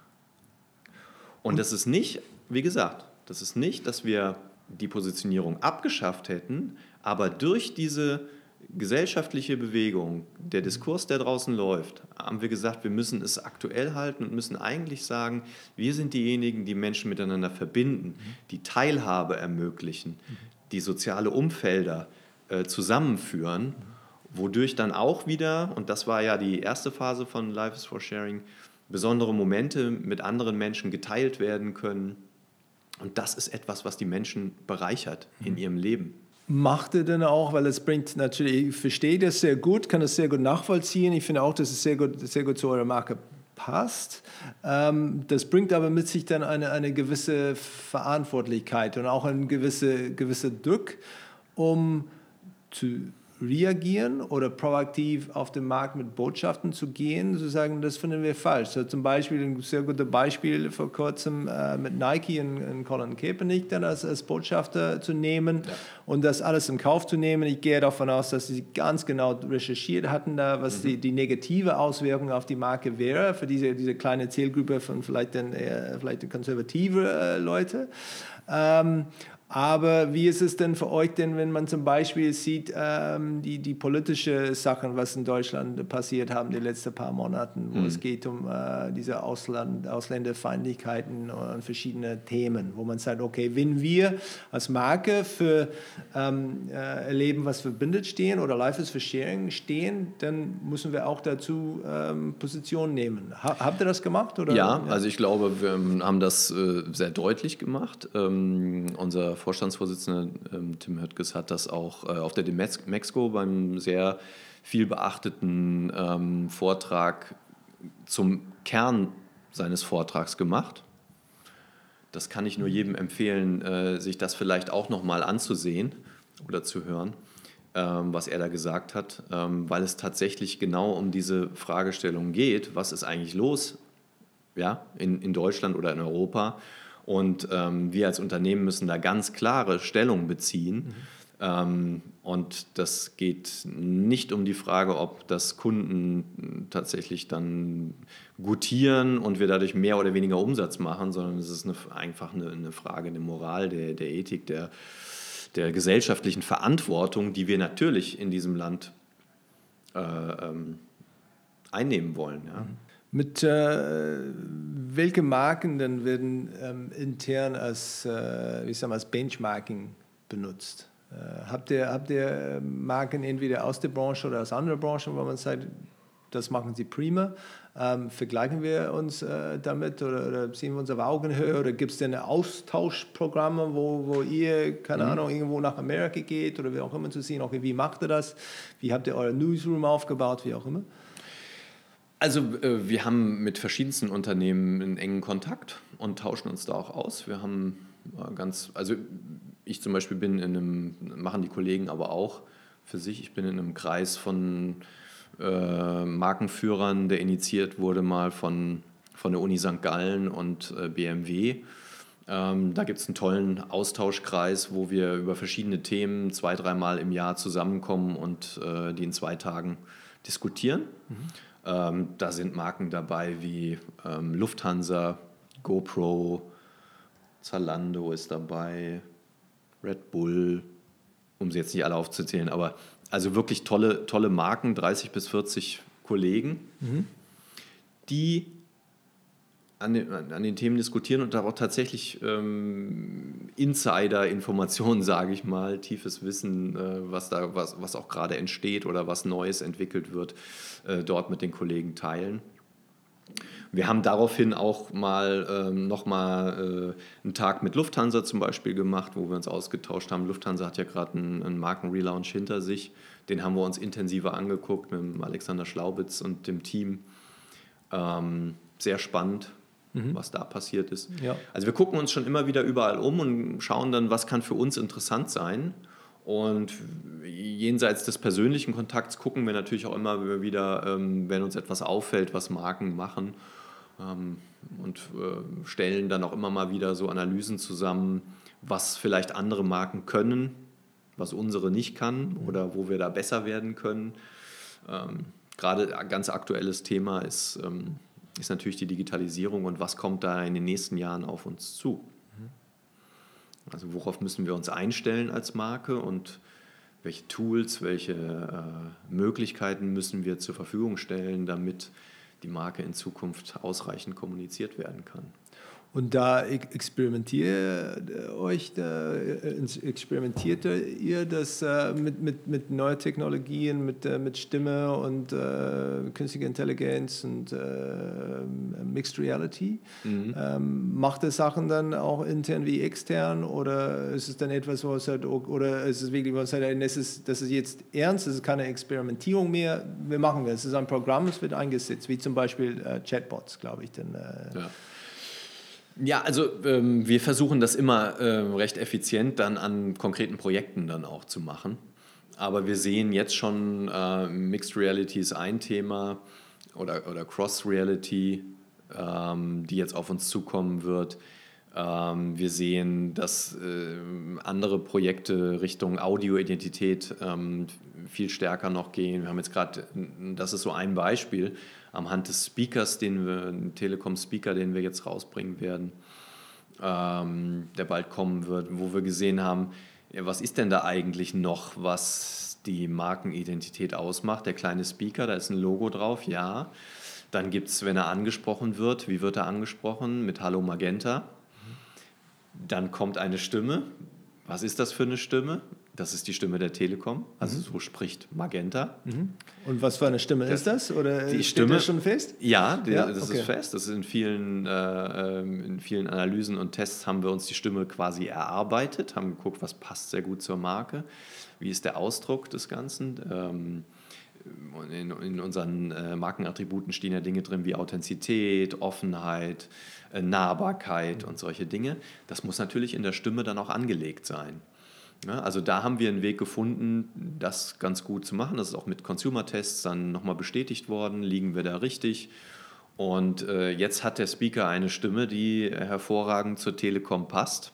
Und das ist nicht, wie gesagt, das ist nicht, dass wir die Positionierung abgeschafft hätten, aber durch diese gesellschaftliche Bewegung, der Diskurs, der draußen läuft, haben wir gesagt, wir müssen es aktuell halten und müssen eigentlich sagen, wir sind diejenigen, die Menschen miteinander verbinden, die Teilhabe ermöglichen, die soziale Umfelder äh, zusammenführen, wodurch dann auch wieder, und das war ja die erste Phase von Life is for Sharing, besondere Momente mit anderen Menschen geteilt werden können. Und das ist etwas, was die Menschen bereichert in ihrem Leben. Macht er denn auch, weil es bringt natürlich, ich verstehe das sehr gut, kann das sehr gut nachvollziehen. Ich finde auch, dass es sehr gut, sehr gut zu eurer Marke passt. Ähm, das bringt aber mit sich dann eine, eine gewisse Verantwortlichkeit und auch einen gewisse, gewisse Druck, um zu reagieren oder proaktiv auf den Markt mit Botschaften zu gehen, zu sagen, das finden wir falsch. So zum Beispiel, ein sehr gutes Beispiel vor kurzem äh, mit Nike und, und Colin Kaepernick dann als, als Botschafter zu nehmen, ja, und das alles in Kauf zu nehmen. Ich gehe davon aus, dass sie ganz genau recherchiert hatten, da, was mhm. die, die negative Auswirkung auf die Marke wäre, für diese, diese kleine Zielgruppe von vielleicht den, äh, vielleicht den konservative äh, Leute. Ähm, Aber wie ist es denn für euch denn, wenn man zum Beispiel sieht, ähm, die, die politische Sachen, was in Deutschland passiert haben die letzten paar Monaten, wo mhm. es geht um äh, diese Ausland, Ausländerfeindlichkeiten und verschiedene Themen, wo man sagt, okay, wenn wir als Marke für ähm, äh, Erleben, was verbindet stehen oder Life is for Sharing stehen, dann müssen wir auch dazu ähm, Position nehmen. Ha, habt ihr das gemacht? Oder? Ja, ja, also ich glaube, wir haben das äh, sehr deutlich gemacht. Ähm, unser Vorstandsvorsitzender ähm, Tim Höttges hat das auch äh, auf der Demexco beim sehr viel beachteten ähm, Vortrag zum Kern seines Vortrags gemacht. Das kann ich nur jedem empfehlen, äh, sich das vielleicht auch nochmal anzusehen oder zu hören, ähm, was er da gesagt hat, ähm, weil es tatsächlich genau um diese Fragestellung geht, was ist eigentlich los, ja, in, in Deutschland oder in Europa. Und ähm, wir als Unternehmen müssen da ganz klare Stellung beziehen. Mhm. Ähm, und das geht nicht um die Frage, ob das Kunden tatsächlich dann gutieren und wir dadurch mehr oder weniger Umsatz machen, sondern es ist eine, einfach eine, eine Frage der Moral, der, der Ethik, der, der gesellschaftlichen Verantwortung, die wir natürlich in diesem Land äh, ähm, einnehmen wollen. Ja. Mhm. Mit äh, welche Marken denn werden ähm, intern als, äh, wie sagen wir, als Benchmarking benutzt? Äh, habt ihr, habt ihr Marken entweder aus der Branche oder aus anderen Branchen, wo man sagt, das machen sie prima? Ähm, vergleichen wir uns äh, damit oder, oder ziehen wir uns auf Augenhöhe oder gibt es denn Austauschprogramme, wo, wo ihr, keine mhm. Ahnung, irgendwo nach Amerika geht oder wie auch immer zu sehen, okay, wie macht ihr das? Wie habt ihr euer Newsroom aufgebaut, wie auch immer? Also äh, wir haben mit verschiedensten Unternehmen einen engen Kontakt und tauschen uns da auch aus. Wir haben äh, ganz, also ich zum Beispiel bin in einem, machen die Kollegen aber auch für sich, ich bin in einem Kreis von äh, Markenführern, der initiiert wurde mal von, von der Uni Sankt Gallen und äh, B M W. Ähm, da gibt es einen tollen Austauschkreis, wo wir über verschiedene Themen zwei, dreimal im Jahr zusammenkommen und äh, die in zwei Tagen diskutieren. Mhm. Ähm, da sind Marken dabei wie ähm, Lufthansa, GoPro, Zalando ist dabei, Red Bull, um sie jetzt nicht alle aufzuzählen, aber also wirklich tolle, tolle Marken, dreißig bis vierzig Kollegen, mhm. die an den, an den Themen diskutieren und da auch tatsächlich ähm, Insider-Informationen, sage ich mal, tiefes Wissen, äh, was, da, was, was auch gerade entsteht oder was Neues entwickelt wird, äh, dort mit den Kollegen teilen. Wir haben daraufhin auch mal ähm, nochmal äh, einen Tag mit Lufthansa zum Beispiel gemacht, wo wir uns ausgetauscht haben. Lufthansa hat ja gerade einen, einen Markenrelaunch hinter sich. Den haben wir uns intensiver angeguckt mit dem Alexander Schlaubitz und dem Team. Ähm, sehr spannend, mhm. was da passiert ist. Ja. Also wir gucken uns schon immer wieder überall um und schauen dann, was kann für uns interessant sein. Und jenseits des persönlichen Kontakts gucken wir natürlich auch immer wieder, ähm, wenn uns etwas auffällt, was Marken machen, ähm, und äh, stellen dann auch immer mal wieder so Analysen zusammen, was vielleicht andere Marken können, was unsere nicht kann oder wo wir da besser werden können. Ähm, gerade ein ganz aktuelles Thema ist, ähm, ist natürlich die Digitalisierung und was kommt da in den nächsten Jahren auf uns zu. Also worauf müssen wir uns einstellen als Marke und welche Tools, welche äh, Möglichkeiten müssen wir zur Verfügung stellen, damit die Marke in Zukunft ausreichend kommuniziert werden kann. Und da experimentiert euch, da, experimentiert ihr das äh, mit, mit, mit neuen Technologien, mit, äh, mit Stimme und äh, künstlicher Intelligenz und äh, Mixed Reality? Mhm. Ähm, macht ihr Sachen dann auch intern wie extern oder ist es dann etwas, wo es halt, oder ist es wirklich, wo es halt, das ist, das ist jetzt ernst, das ist keine Experimentierung mehr, wir machen das, es ist ein Programm, es wird eingesetzt, wie zum Beispiel äh, Chatbots, glaube ich. Dann, äh, ja. Ja, also ähm, wir versuchen das immer äh, recht effizient dann an konkreten Projekten dann auch zu machen. Aber wir sehen jetzt schon, äh, Mixed Reality ist ein Thema oder, oder Cross Reality, ähm, die jetzt auf uns zukommen wird. Ähm, wir sehen, dass äh, andere Projekte Richtung Audioidentität ähm, viel stärker noch gehen. Wir haben jetzt gerade, das ist so ein Beispiel, am Hand des Speakers, den wir, einen Telekom-Speaker, den wir jetzt rausbringen werden, ähm, der bald kommen wird, wo wir gesehen haben, ja, was ist denn da eigentlich noch, was die Markenidentität ausmacht? Der kleine Speaker, da ist ein Logo drauf, ja. Dann gibt es, wenn er angesprochen wird, wie wird er angesprochen? Mit Hallo Magenta. Dann kommt eine Stimme. Was ist das für eine Stimme? Das ist die Stimme der Telekom, also so spricht Magenta. Und was für eine Stimme das, ist das? Oder die steht Stimme, das schon fest? Ja, der, ja? das okay. ist fest. Das ist in vielen, äh, in vielen Analysen und Tests haben wir uns die Stimme quasi erarbeitet, haben geguckt, was passt sehr gut zur Marke, wie ist der Ausdruck des Ganzen. Ähm, in, in unseren äh, Markenattributen stehen ja Dinge drin wie Authentizität, Offenheit, äh, Nahbarkeit und solche Dinge. Das muss natürlich in der Stimme dann auch angelegt sein. Ja, also da haben wir einen Weg gefunden, das ganz gut zu machen. Das ist auch mit Consumer-Tests dann nochmal bestätigt worden. Liegen wir da richtig? Und äh, jetzt hat der Speaker eine Stimme, die hervorragend zur Telekom passt.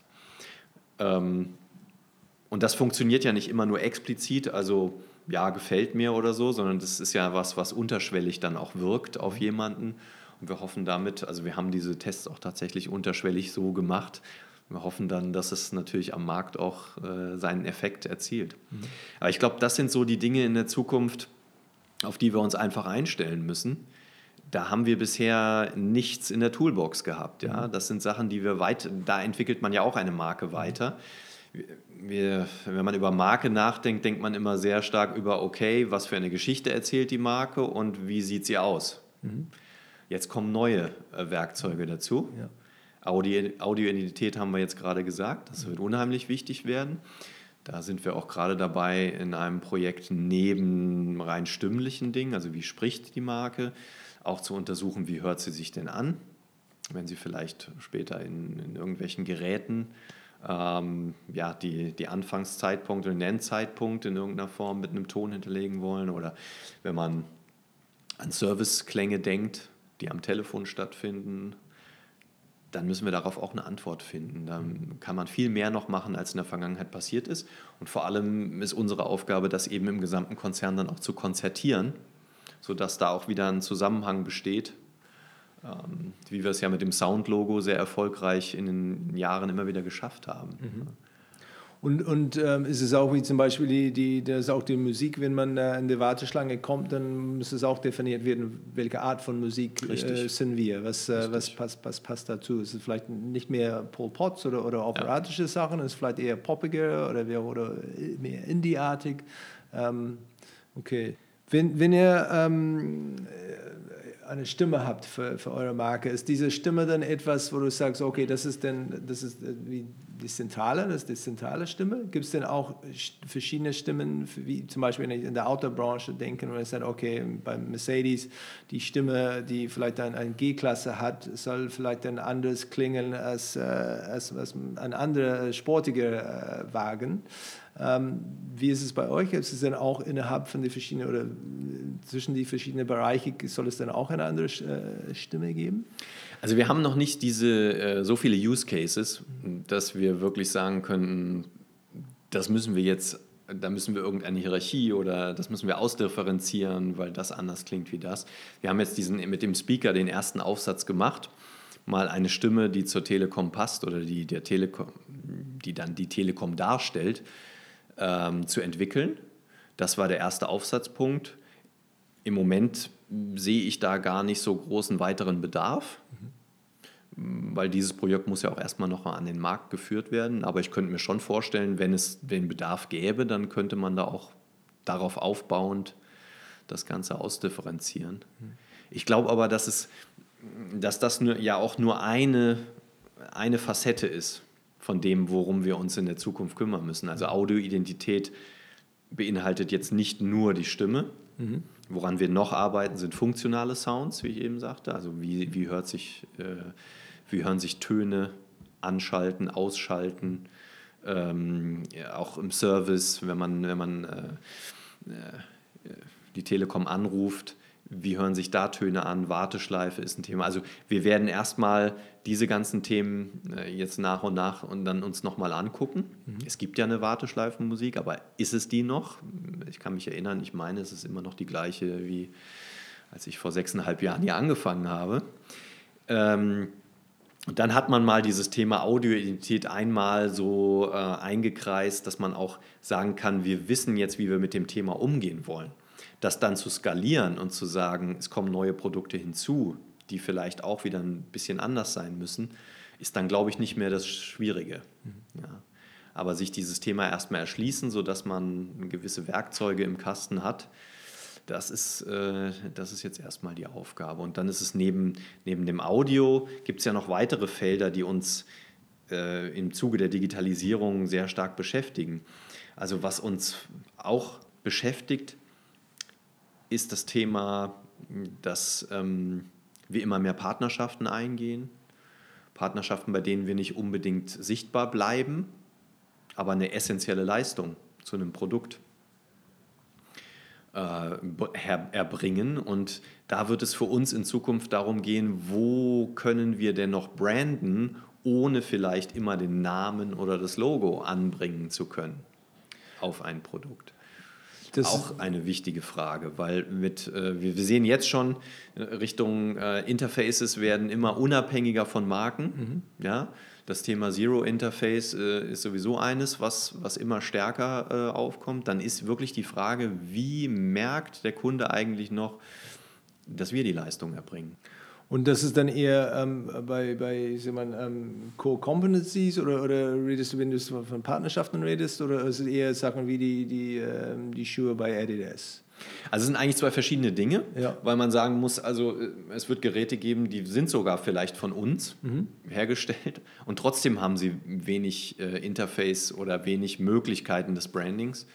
Ähm, und das funktioniert ja nicht immer nur explizit, also ja, gefällt mir oder so, sondern das ist ja was, was unterschwellig dann auch wirkt auf jemanden. Und wir hoffen damit, also wir haben diese Tests auch tatsächlich unterschwellig so gemacht. Wir hoffen dann, dass es natürlich am Markt auch äh, seinen Effekt erzielt. Mhm. Aber ich glaube, das sind so die Dinge in der Zukunft, auf die wir uns einfach einstellen müssen. Da haben wir bisher nichts in der Toolbox gehabt. Ja? Das sind Sachen, die wir weit, da entwickelt man ja auch eine Marke weiter. Wir, wenn man über Marke nachdenkt, denkt man immer sehr stark über, okay, was für eine Geschichte erzählt die Marke und wie sieht sie aus. Mhm. Jetzt kommen neue äh, Werkzeuge dazu. Ja. Audio, Audioidentität haben wir jetzt gerade gesagt, das wird unheimlich wichtig werden. Da sind wir auch gerade dabei in einem Projekt neben rein stimmlichen Dingen, also wie spricht die Marke, auch zu untersuchen, wie hört sie sich denn an, wenn sie vielleicht später in, in irgendwelchen Geräten ähm, ja, die, die Anfangszeitpunkte und den Endzeitpunkt in irgendeiner Form mit einem Ton hinterlegen wollen oder wenn man an Serviceklänge denkt, die am Telefon stattfinden, dann müssen wir darauf auch eine Antwort finden. Da kann man viel mehr noch machen, als in der Vergangenheit passiert ist. Und vor allem ist unsere Aufgabe, das eben im gesamten Konzern dann auch zu konzertieren, sodass da auch wieder ein Zusammenhang besteht, ähm, wie wir es ja mit dem Sound-Logo sehr erfolgreich in den Jahren immer wieder geschafft haben. Mhm. Und, und ähm, ist es auch wie zum Beispiel die, die, das ist auch die Musik, wenn man äh, in die Warteschlange kommt, dann muss es auch definiert werden, welche Art von Musik äh, sind wir, was, äh, was, passt, was passt dazu. Ist es vielleicht nicht mehr Pol Pots oder, oder operatische ja. Sachen, ist es vielleicht eher poppiger oder, oder mehr Indie-artig. Ähm, okay. Wenn, wenn ihr ähm, eine Stimme habt für, für eure Marke, ist diese Stimme dann etwas, wo du sagst, okay, das ist denn, das ist wie die zentrale, das ist die zentrale Stimme? Gibt es denn auch verschiedene Stimmen, wie zum Beispiel, wenn ich in der Autobranche denke, und ich sage, okay, beim Mercedes, die Stimme, die vielleicht dann eine G-Klasse hat, soll vielleicht dann anders klingen als, äh, als, als ein anderer sportiger äh, Wagen. Ähm, wie ist es bei euch? Ist es dann auch innerhalb von den verschiedenen oder zwischen die verschiedenen Bereiche, soll es dann auch eine andere äh, Stimme geben? Also wir haben noch nicht diese äh, so viele Use Cases, dass wir wirklich sagen könnten, das müssen wir jetzt, da müssen wir irgendeine Hierarchie oder das müssen wir ausdifferenzieren, weil das anders klingt wie das. Wir haben jetzt diesen, mit dem Speaker den ersten Aufsatz gemacht, mal eine Stimme, die zur Telekom passt oder die, der Telekom, die dann die Telekom darstellt, ähm, zu entwickeln. Das war der erste Aufsatzpunkt. Im Moment sehe ich da gar nicht so großen weiteren Bedarf, mhm. weil dieses Projekt muss ja auch erstmal noch mal an den Markt geführt werden. Aber ich könnte mir schon vorstellen, wenn es den Bedarf gäbe, dann könnte man da auch darauf aufbauend das Ganze ausdifferenzieren. Mhm. Ich glaube aber, dass, es, dass das nur, ja auch nur eine, eine Facette ist von dem, worum wir uns in der Zukunft kümmern müssen. Also Audioidentität beinhaltet jetzt nicht nur die Stimme. Mhm. Woran wir noch arbeiten, sind funktionale Sounds, wie ich eben sagte. Also wie, wie, hört sich, äh, wie hören sich Töne anschalten, ausschalten, ähm, ja, auch im Service, wenn man, wenn man äh, äh, die Telekom anruft, wie hören sich da Töne an, Warteschleife ist ein Thema. Also wir werden erstmal diese ganzen Themen äh, jetzt nach und nach und dann uns nochmal angucken. Mhm. Es gibt ja eine Warteschleifenmusik, aber ist es die noch? Ich kann mich erinnern, ich meine, es ist immer noch die gleiche, wie als ich vor sechseinhalb Jahren hier angefangen habe. Ähm, Und dann hat man mal dieses Thema Audioidentität einmal so äh, eingekreist, dass man auch sagen kann, wir wissen jetzt, wie wir mit dem Thema umgehen wollen. Das dann zu skalieren und zu sagen, es kommen neue Produkte hinzu, die vielleicht auch wieder ein bisschen anders sein müssen, ist dann, glaube ich, nicht mehr das Schwierige. Mhm. Ja. Aber sich dieses Thema erstmal erschließen, sodass man gewisse Werkzeuge im Kasten hat, Das ist, äh, das ist jetzt erstmal die Aufgabe. Und dann ist es neben, neben dem Audio, gibt es ja noch weitere Felder, die uns äh, im Zuge der Digitalisierung sehr stark beschäftigen. Also was uns auch beschäftigt, ist das Thema, dass ähm, wir immer mehr Partnerschaften eingehen. Partnerschaften, bei denen wir nicht unbedingt sichtbar bleiben, aber eine essentielle Leistung zu einem Produkt erbringen. Und da wird es für uns in Zukunft darum gehen, wo können wir denn noch branden, ohne vielleicht immer den Namen oder das Logo anbringen zu können auf ein Produkt. Das auch eine wichtige Frage, weil mit, äh, wir sehen jetzt schon, Richtung äh, Interfaces werden immer unabhängiger von Marken. Mhm. Ja? Das Thema Zero Interface äh, ist sowieso eines, was, was immer stärker äh, aufkommt. Dann ist wirklich die Frage, wie merkt der Kunde eigentlich noch, dass wir die Leistung erbringen? Und das ist dann eher ähm, bei, bei ähm, Core-Competencies oder, oder redest du, wenn du von Partnerschaften redest, oder ist es eher Sachen wie die, die, ähm, die Schuhe bei Adidas? Also es sind eigentlich zwei verschiedene Dinge, ja. Weil man sagen muss, also es wird Geräte geben, die sind sogar vielleicht von uns mhm. hergestellt und trotzdem haben sie wenig äh, Interface oder wenig Möglichkeiten des Brandings.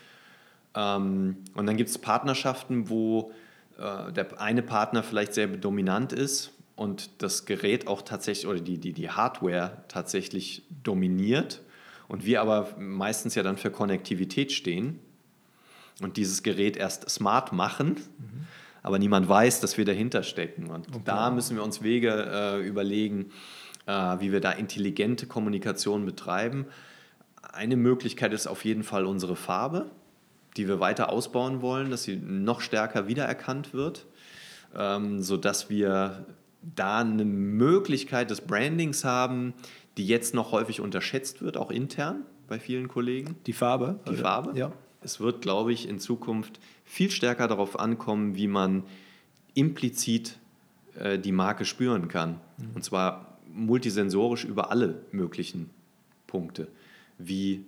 Ähm, und dann gibt es Partnerschaften, wo äh, der eine Partner vielleicht sehr dominant ist und das Gerät auch tatsächlich oder die, die, die Hardware tatsächlich dominiert und wir aber meistens ja dann für Konnektivität stehen und dieses Gerät erst smart machen, mhm. aber niemand weiß, dass wir dahinter stecken. Und okay. da müssen wir uns Wege äh, überlegen, äh, wie wir da intelligente Kommunikation betreiben. Eine Möglichkeit ist auf jeden Fall unsere Farbe, die wir weiter ausbauen wollen, dass sie noch stärker wiedererkannt wird, ähm, sodass wir da eine Möglichkeit des Brandings haben, die jetzt noch häufig unterschätzt wird, auch intern bei vielen Kollegen. Die Farbe? Die oder? Farbe. Ja. Es wird, glaube ich, in Zukunft viel stärker darauf ankommen, wie man implizit äh, die Marke spüren kann. Mhm. Und zwar multisensorisch über alle möglichen Punkte, wie,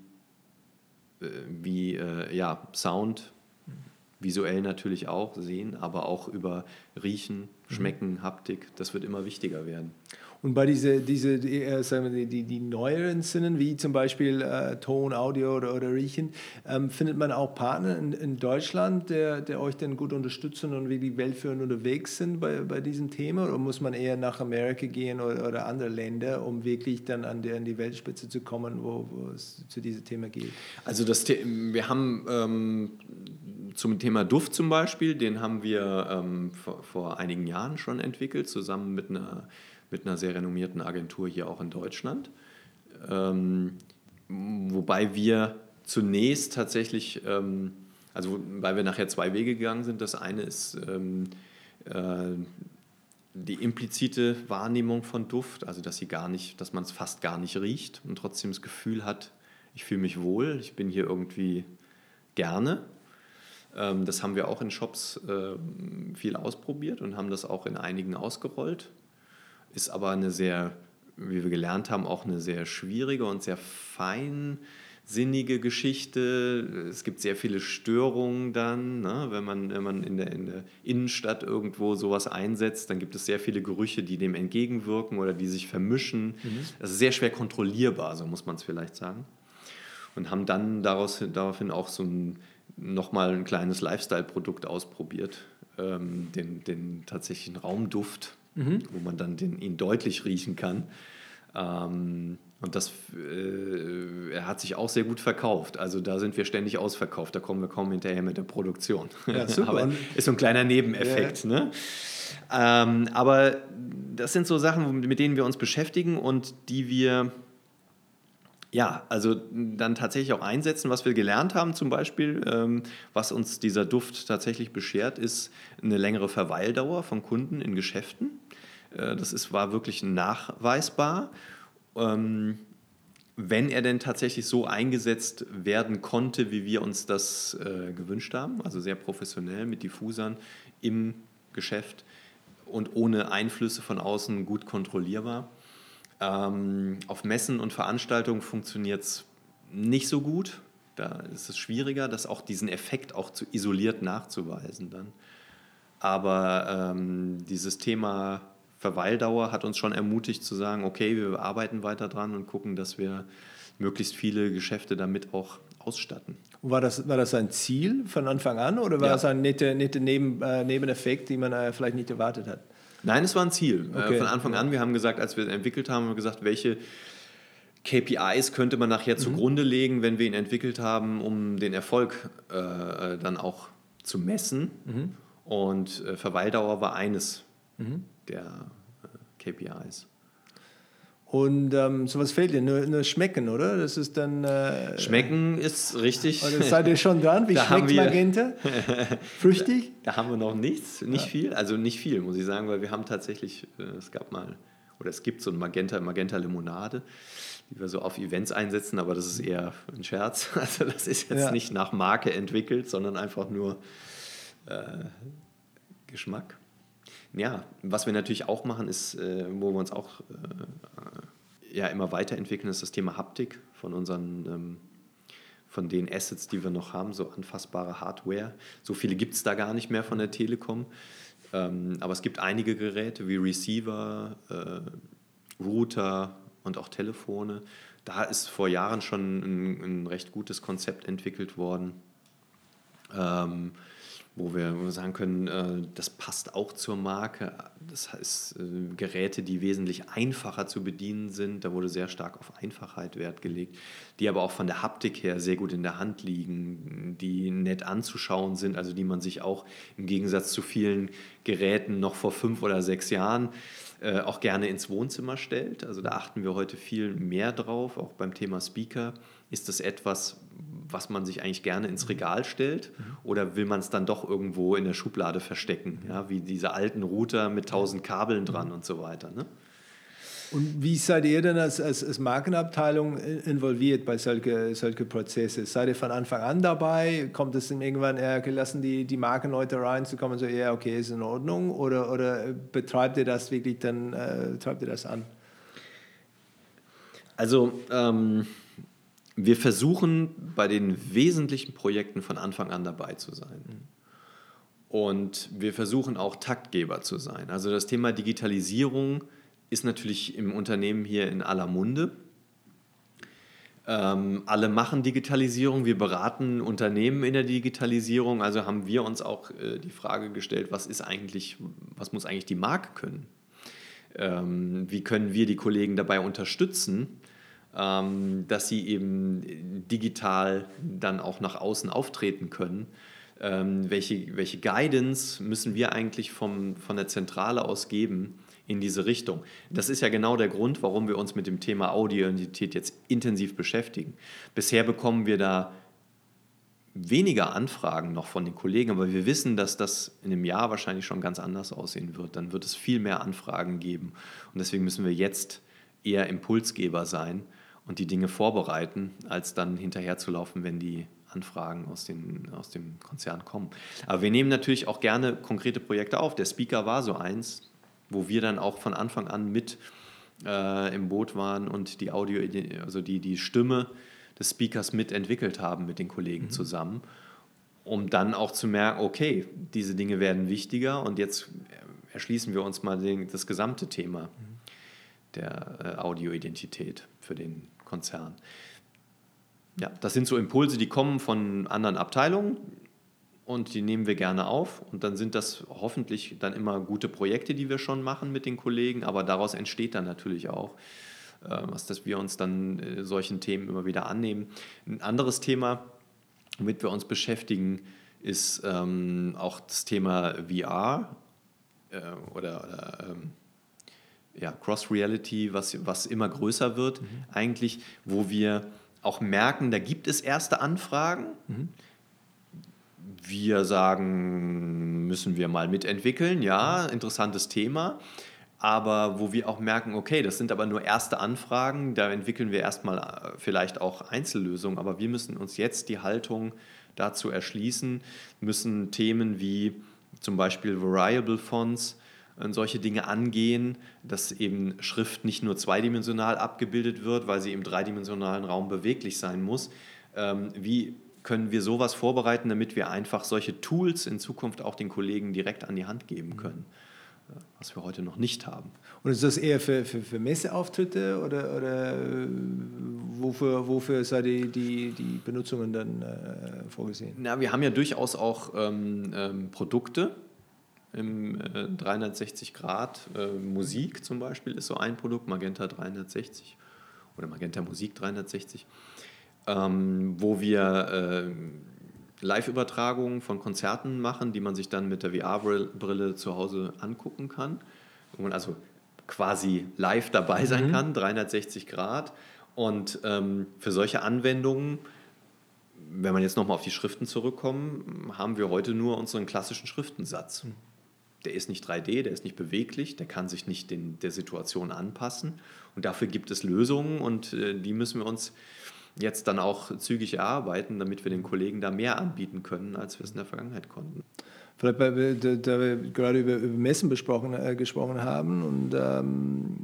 äh, wie äh, ja, Sound, mhm. visuell natürlich auch, sehen, aber auch über Riechen, Schmecken, mhm. Haptik. Das wird immer wichtiger werden. Und bei diese, diese die, äh, sagen wir, die, die neueren Sinnen, wie zum Beispiel äh, Ton, Audio oder, oder Riechen, ähm, findet man auch Partner in, in Deutschland, der, der euch dann gut unterstützen und wie die weltführend unterwegs sind bei, bei diesem Thema? Oder muss man eher nach Amerika gehen oder, oder andere Länder, um wirklich dann an die, an die Weltspitze zu kommen, wo, wo es zu diesem Thema geht? Also das, wir haben ähm, zum Thema Duft zum Beispiel, den haben wir ähm, vor, vor einigen Jahren schon entwickelt, zusammen mit einer mit einer sehr renommierten Agentur hier auch in Deutschland. Ähm, wobei wir zunächst tatsächlich, ähm, also weil wir nachher zwei Wege gegangen sind. Das eine ist ähm, äh, die implizite Wahrnehmung von Duft, also dass sie gar nicht, dass man es fast gar nicht riecht und trotzdem das Gefühl hat, ich fühle mich wohl, ich bin hier irgendwie gerne. Ähm, das haben wir auch in Shops äh, viel ausprobiert und haben das auch in einigen ausgerollt. Ist aber eine sehr, wie wir gelernt haben, auch eine sehr schwierige und sehr feinsinnige Geschichte. Es gibt sehr viele Störungen dann, ne? wenn man, wenn man in der, in der Innenstadt irgendwo sowas einsetzt, dann gibt es sehr viele Gerüche, die dem entgegenwirken oder die sich vermischen. Mhm. Das ist sehr schwer kontrollierbar, so muss man es vielleicht sagen. Und haben dann daraus, daraufhin auch so ein, nochmal ein kleines Lifestyle-Produkt ausprobiert, ähm, den, den tatsächlichen Raumduft. Mhm. Wo man dann den, ihn deutlich riechen kann. Ähm, und das äh, er hat sich auch sehr gut verkauft. Also da sind wir ständig ausverkauft. Da kommen wir kaum hinterher mit der Produktion. Ja, super. Aber ist so ein kleiner Nebeneffekt. Ja. Ne? Ähm, aber das sind so Sachen, mit denen wir uns beschäftigen und die wir ja, also dann tatsächlich auch einsetzen, was wir gelernt haben zum Beispiel, ähm, was uns dieser Duft tatsächlich beschert, ist eine längere Verweildauer von Kunden in Geschäften. Äh, das ist, war wirklich nachweisbar. Ähm, wenn er denn tatsächlich so eingesetzt werden konnte, wie wir uns das äh, gewünscht haben, also sehr professionell mit Diffusern im Geschäft und ohne Einflüsse von außen gut kontrollierbar. Ähm, auf Messen und Veranstaltungen funktioniert es nicht so gut. Da ist es schwieriger, das auch diesen Effekt auch zu isoliert nachzuweisen dann. Aber ähm, dieses Thema Verweildauer hat uns schon ermutigt zu sagen, okay, wir arbeiten weiter dran und gucken, dass wir möglichst viele Geschäfte damit auch ausstatten. War das, war das ein Ziel von Anfang an oder war Ja. das ein netter, netter Neben, äh, Nebeneffekt, den man äh, vielleicht nicht erwartet hat? Nein, es war ein Ziel. Okay. Äh, von Anfang an, wir haben gesagt, als wir es entwickelt haben, haben wir gesagt, welche K P Is könnte man nachher mhm. zugrunde legen, wenn wir ihn entwickelt haben, um den Erfolg äh, dann auch zu messen. Mhm. Und äh, Verweildauer war eines mhm. der äh, K P Is. Und ähm, sowas fehlt dir, nur, nur schmecken, oder? Das ist dann... Äh, schmecken ist richtig. Oder seid ihr schon dran? Wie schmeckt wir, Magenta? Früchtig? Da, da haben wir noch nichts, nicht ja. viel. Also nicht viel, muss ich sagen, weil wir haben tatsächlich, äh, es gab mal, oder es gibt so ein Magenta, Magenta Limonade, die wir so auf Events einsetzen, aber das ist eher ein Scherz. Also das ist jetzt ja. nicht nach Marke entwickelt, sondern einfach nur äh, Geschmack. Ja, was wir natürlich auch machen, ist, äh, wo wir uns auch äh, ja, immer weiterentwickeln, ist das Thema Haptik von unseren, ähm, von den Assets, die wir noch haben, so anfassbare Hardware. So viele gibt es da gar nicht mehr von der Telekom. Ähm, aber es gibt einige Geräte wie Receiver, äh, Router und auch Telefone. Da ist vor Jahren schon ein, ein recht gutes Konzept entwickelt worden. Ähm, Wo wir, wo wir sagen können, äh, das passt auch zur Marke. Das heißt, äh, Geräte, die wesentlich einfacher zu bedienen sind, da wurde sehr stark auf Einfachheit Wert gelegt, die aber auch von der Haptik her sehr gut in der Hand liegen, die nett anzuschauen sind, also die man sich auch im Gegensatz zu vielen Geräten noch vor fünf oder sechs Jahren äh, auch gerne ins Wohnzimmer stellt. Also da achten wir heute viel mehr drauf, auch beim Thema Speaker. Ist das etwas, was man sich eigentlich gerne ins Regal stellt mhm. oder will man es dann doch irgendwo in der Schublade verstecken, ja, wie diese alten Router mit tausend Kabeln dran mhm. und so weiter. Ne? Und wie seid ihr denn als, als, als Markenabteilung involviert bei solchen solche Prozessen? Seid ihr von Anfang an dabei? Kommt es dann irgendwann, ja, okay, lassen die, die Markenleute reinzukommen und so, ja, okay, ist in Ordnung? Oder, oder betreibt ihr das wirklich dann, äh, treibt ihr das an? Also, ähm, wir versuchen bei den wesentlichen Projekten von Anfang an dabei zu sein. Und wir versuchen auch Taktgeber zu sein. Also das Thema Digitalisierung ist natürlich im Unternehmen hier in aller Munde. Ähm, alle machen Digitalisierung, wir beraten Unternehmen in der Digitalisierung. Also haben wir uns auch äh, die Frage gestellt, was ist eigentlich, was muss eigentlich die Marke können? Ähm, wie können wir die Kollegen dabei unterstützen, Ähm, dass sie eben digital dann auch nach außen auftreten können. Ähm, welche, welche Guidance müssen wir eigentlich vom, von der Zentrale aus geben in diese Richtung? Das ist ja genau der Grund, warum wir uns mit dem Thema Audioidentität jetzt intensiv beschäftigen. Bisher bekommen wir da weniger Anfragen noch von den Kollegen, aber wir wissen, dass das in einem Jahr wahrscheinlich schon ganz anders aussehen wird. Dann wird es viel mehr Anfragen geben und deswegen müssen wir jetzt eher Impulsgeber sein und die Dinge vorbereiten, als dann hinterher zu laufen, wenn die Anfragen aus, den, aus dem Konzern kommen. Aber wir nehmen natürlich auch gerne konkrete Projekte auf. Der Speaker war so eins, wo wir dann auch von Anfang an mit äh, im Boot waren und die Audio, also die, die Stimme des Speakers mitentwickelt haben mit den Kollegen mhm. zusammen, um dann auch zu merken, okay, diese Dinge werden wichtiger und jetzt erschließen wir uns mal den, das gesamte Thema mhm. der äh, Audioidentität für den Konzern. Ja, das sind so Impulse, die kommen von anderen Abteilungen und die nehmen wir gerne auf und dann sind das hoffentlich dann immer gute Projekte, die wir schon machen mit den Kollegen, aber daraus entsteht dann natürlich auch, äh, was, dass wir uns dann äh, solchen Themen immer wieder annehmen. Ein anderes Thema, womit wir uns beschäftigen, ist ähm, auch das Thema V R äh, oder, oder ähm, ja, Cross-Reality, was, was immer größer wird, mhm. eigentlich, wo wir auch merken, da gibt es erste Anfragen. Mhm. Wir sagen, müssen wir mal mitentwickeln, ja, interessantes Thema, aber wo wir auch merken, okay, das sind aber nur erste Anfragen, da entwickeln wir erstmal vielleicht auch Einzellösungen, aber wir müssen uns jetzt die Haltung dazu erschließen, müssen Themen wie zum Beispiel Variable Fonts und solche Dinge angehen, dass eben Schrift nicht nur zweidimensional abgebildet wird, weil sie im dreidimensionalen Raum beweglich sein muss. Ähm, wie können wir sowas vorbereiten, damit wir einfach solche Tools in Zukunft auch den Kollegen direkt an die Hand geben können, was wir heute noch nicht haben. Und ist das eher für, für, für Messeauftritte oder, oder wofür, wofür seid ihr die, die Benutzungen dann äh, vorgesehen? Na, wir haben ja durchaus auch ähm, ähm, Produkte im äh, dreihundertsechzig Grad. Äh, Musik zum Beispiel ist so ein Produkt, Magenta dreihundertsechzig oder Magenta Musik dreihundertsechzig, ähm, wo wir äh, Live-Übertragungen von Konzerten machen, die man sich dann mit der V R-Brille zu Hause angucken kann. Wo man also quasi live dabei sein mhm. kann, dreihundertsechzig Grad. Und ähm, für solche Anwendungen, wenn man jetzt nochmal auf die Schriften zurückkommen, haben wir heute nur unseren klassischen Schriftensatz. Mhm. Der ist nicht drei D, der ist nicht beweglich, der kann sich nicht den, der Situation anpassen. Und dafür gibt es Lösungen und äh, die müssen wir uns jetzt dann auch zügig erarbeiten, damit wir den Kollegen da mehr anbieten können, als wir es in der Vergangenheit konnten. Vielleicht, weil, da, da wir gerade über, über Messen besprochen, äh, gesprochen haben, und ähm,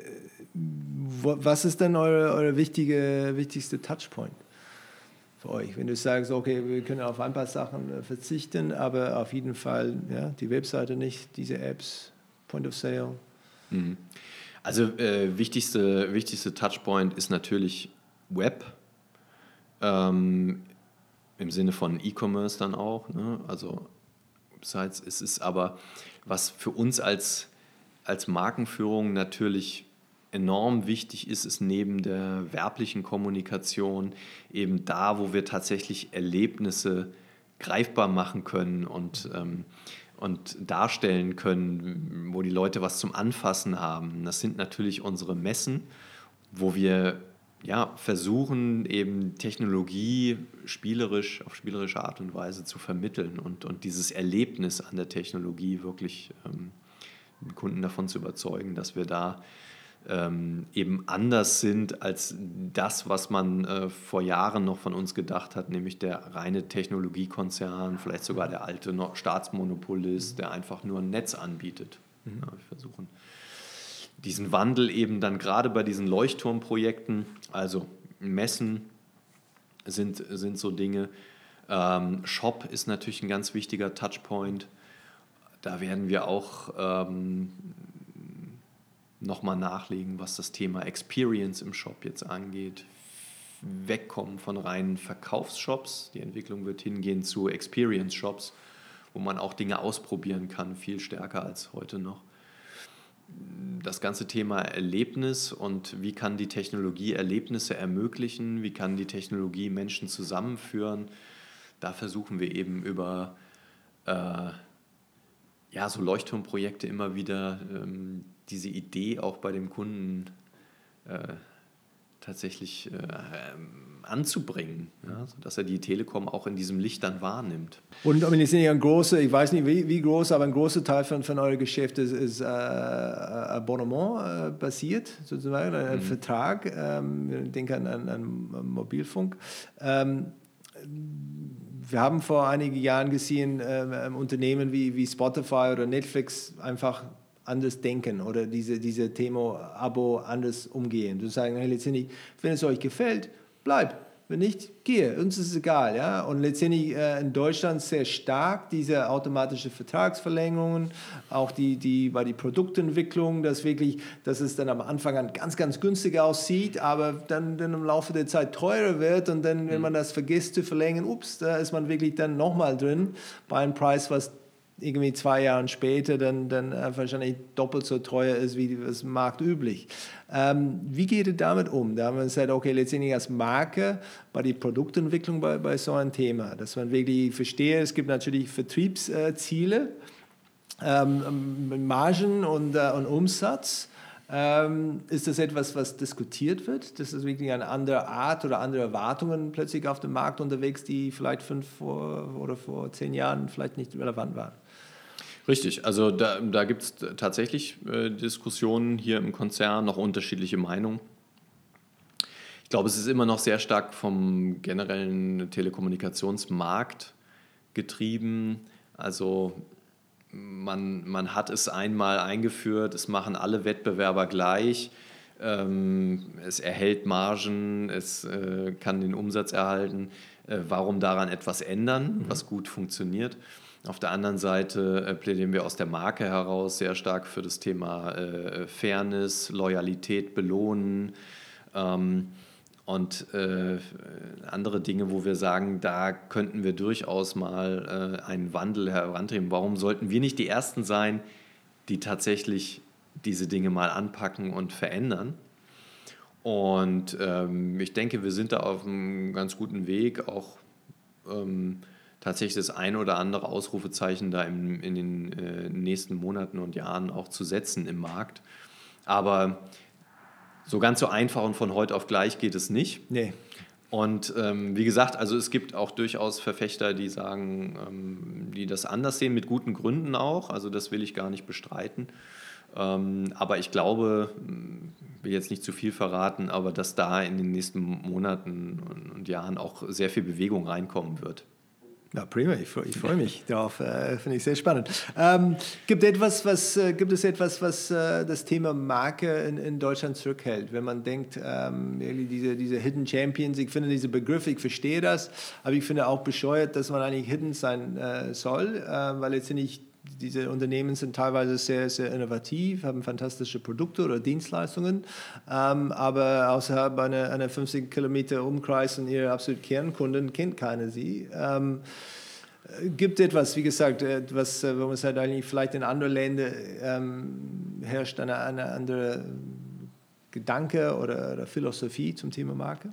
wo, was ist denn eure, eure wichtige, wichtigste Touchpoint für euch? Wenn du sagst, okay, wir können auf ein paar Sachen äh, verzichten, aber auf jeden Fall ja, die Webseite nicht, diese Apps, Point of Sale. Mhm. Also äh, wichtigste, wichtigste Touchpoint ist natürlich Web, ähm, im Sinne von E-Commerce dann auch, ne? Also Websites. Es ist aber, was für uns als, als Markenführung natürlich enorm wichtig ist, ist neben der werblichen Kommunikation eben da, wo wir tatsächlich Erlebnisse greifbar machen können und, ähm, und darstellen können, wo die Leute was zum Anfassen haben. Das sind natürlich unsere Messen, wo wir ja, versuchen, eben Technologie spielerisch, auf spielerische Art und Weise zu vermitteln und, und dieses Erlebnis an der Technologie wirklich ähm, den Kunden davon zu überzeugen, dass wir da ähm, eben anders sind als das, was man äh, vor Jahren noch von uns gedacht hat, nämlich der reine Technologiekonzern, vielleicht sogar der alte Staatsmonopolist, der einfach nur ein Netz anbietet. Mhm. Ja, wir versuchen diesen Wandel eben dann gerade bei diesen Leuchtturmprojekten, also Messen sind, sind so Dinge. Ähm, Shop ist natürlich ein ganz wichtiger Touchpoint. Da werden wir auch ähm, nochmal nachlegen, was das Thema Experience im Shop jetzt angeht. Wegkommen von reinen Verkaufsshops. Die Entwicklung wird hingehen zu Experience-Shops, wo man auch Dinge ausprobieren kann, viel stärker als heute noch. Das ganze Thema Erlebnis und wie kann die Technologie Erlebnisse ermöglichen, wie kann die Technologie Menschen zusammenführen, da versuchen wir eben über äh, ja, so Leuchtturmprojekte immer wieder ähm, diese Idee auch bei dem Kunden äh, tatsächlich äh, anzubringen, ja, sodass er die Telekom auch in diesem Licht dann wahrnimmt. Und ich meine, sind ja ein großer, ich weiß nicht wie, wie groß, aber ein großer Teil von, von eurem Geschäft ist, ist äh, Abonnement äh, basiert, sozusagen, ein mhm. Vertrag, ähm, ich denke an, an, an Mobilfunk. Ähm, wir haben vor einigen Jahren gesehen, äh, Unternehmen wie, wie Spotify oder Netflix einfach anders denken oder diese, diese Thema Abo anders umgehen. Du sagen, hey, letztendlich, wenn es euch gefällt, bleibt. Wenn nicht, gehe. Uns ist es egal. Ja? Und letztendlich äh, in Deutschland sehr stark diese automatische Vertragsverlängerungen, auch die, die bei der Produktentwicklung, dass wirklich, dass es dann am Anfang an ganz, ganz günstig aussieht, aber dann, dann im Laufe der Zeit teurer wird und dann, wenn man das vergisst zu verlängern, ups, da ist man wirklich dann nochmal drin bei einem Preis, was irgendwie zwei Jahre später dann, dann wahrscheinlich doppelt so teuer ist wie das marktüblich. Ähm, wie geht ihr damit um? Da haben wir gesagt, okay, letztendlich als Marke bei der Produktentwicklung bei, bei so einem Thema, dass man wirklich versteht, es gibt natürlich Vertriebsziele, ähm, Margen und, äh, und Umsatz. Ähm, ist das etwas, was diskutiert wird? Das ist wirklich eine andere Art oder andere Erwartungen plötzlich auf dem Markt unterwegs, die vielleicht fünf vor, oder vor zehn Jahren vielleicht nicht relevant waren? Richtig, also da, da gibt es tatsächlich äh, Diskussionen hier im Konzern, noch unterschiedliche Meinungen. Ich glaube, es ist immer noch sehr stark vom generellen Telekommunikationsmarkt getrieben. Also man, man hat es einmal eingeführt, es machen alle Wettbewerber gleich. Ähm, es erhält Margen, es äh, kann den Umsatz erhalten. Äh, warum daran etwas ändern, mhm. was gut funktioniert? Auf der anderen Seite äh, plädieren wir aus der Marke heraus sehr stark für das Thema äh, Fairness, Loyalität, Belohnen. Ähm, Und äh, andere Dinge, wo wir sagen, da könnten wir durchaus mal äh, einen Wandel herantreten. Warum sollten wir nicht die Ersten sein, die tatsächlich diese Dinge mal anpacken und verändern? Und ähm, ich denke, wir sind da auf einem ganz guten Weg, auch ähm, tatsächlich das ein oder andere Ausrufezeichen da im, in den äh, nächsten Monaten und Jahren auch zu setzen im Markt. Aber so ganz so einfach und von heute auf gleich geht es nicht. Nee. Und ähm, wie gesagt, also es gibt auch durchaus Verfechter, die sagen, ähm, die das anders sehen, mit guten Gründen auch. Also das will ich gar nicht bestreiten. Ähm, aber ich glaube, ich will jetzt nicht zu viel verraten, aber dass da in den nächsten Monaten und, und Jahren auch sehr viel Bewegung reinkommen wird. Ja, prima, ich freue freu mich darauf, äh, finde ich sehr spannend. Ähm, gibt, etwas, was, äh, gibt es etwas, was äh, das Thema Marke in, in Deutschland zurückhält? Wenn man denkt, ähm, diese, diese Hidden Champions, ich finde diese Begriffe, ich verstehe das, aber ich finde auch bescheuert, dass man eigentlich hidden sein äh, soll, äh, weil letztendlich diese Unternehmen sind teilweise sehr, sehr innovativ, haben fantastische Produkte oder Dienstleistungen, ähm, aber außerhalb einer, einer fünfzig Kilometer Umkreis und ihre absoluten Kernkunden kennt keiner sie. Ähm, gibt etwas, wie gesagt, etwas, wo man sagt, eigentlich vielleicht in anderen Ländern ähm, herrscht eine, eine andere Gedanke oder, oder Philosophie zum Thema Marke?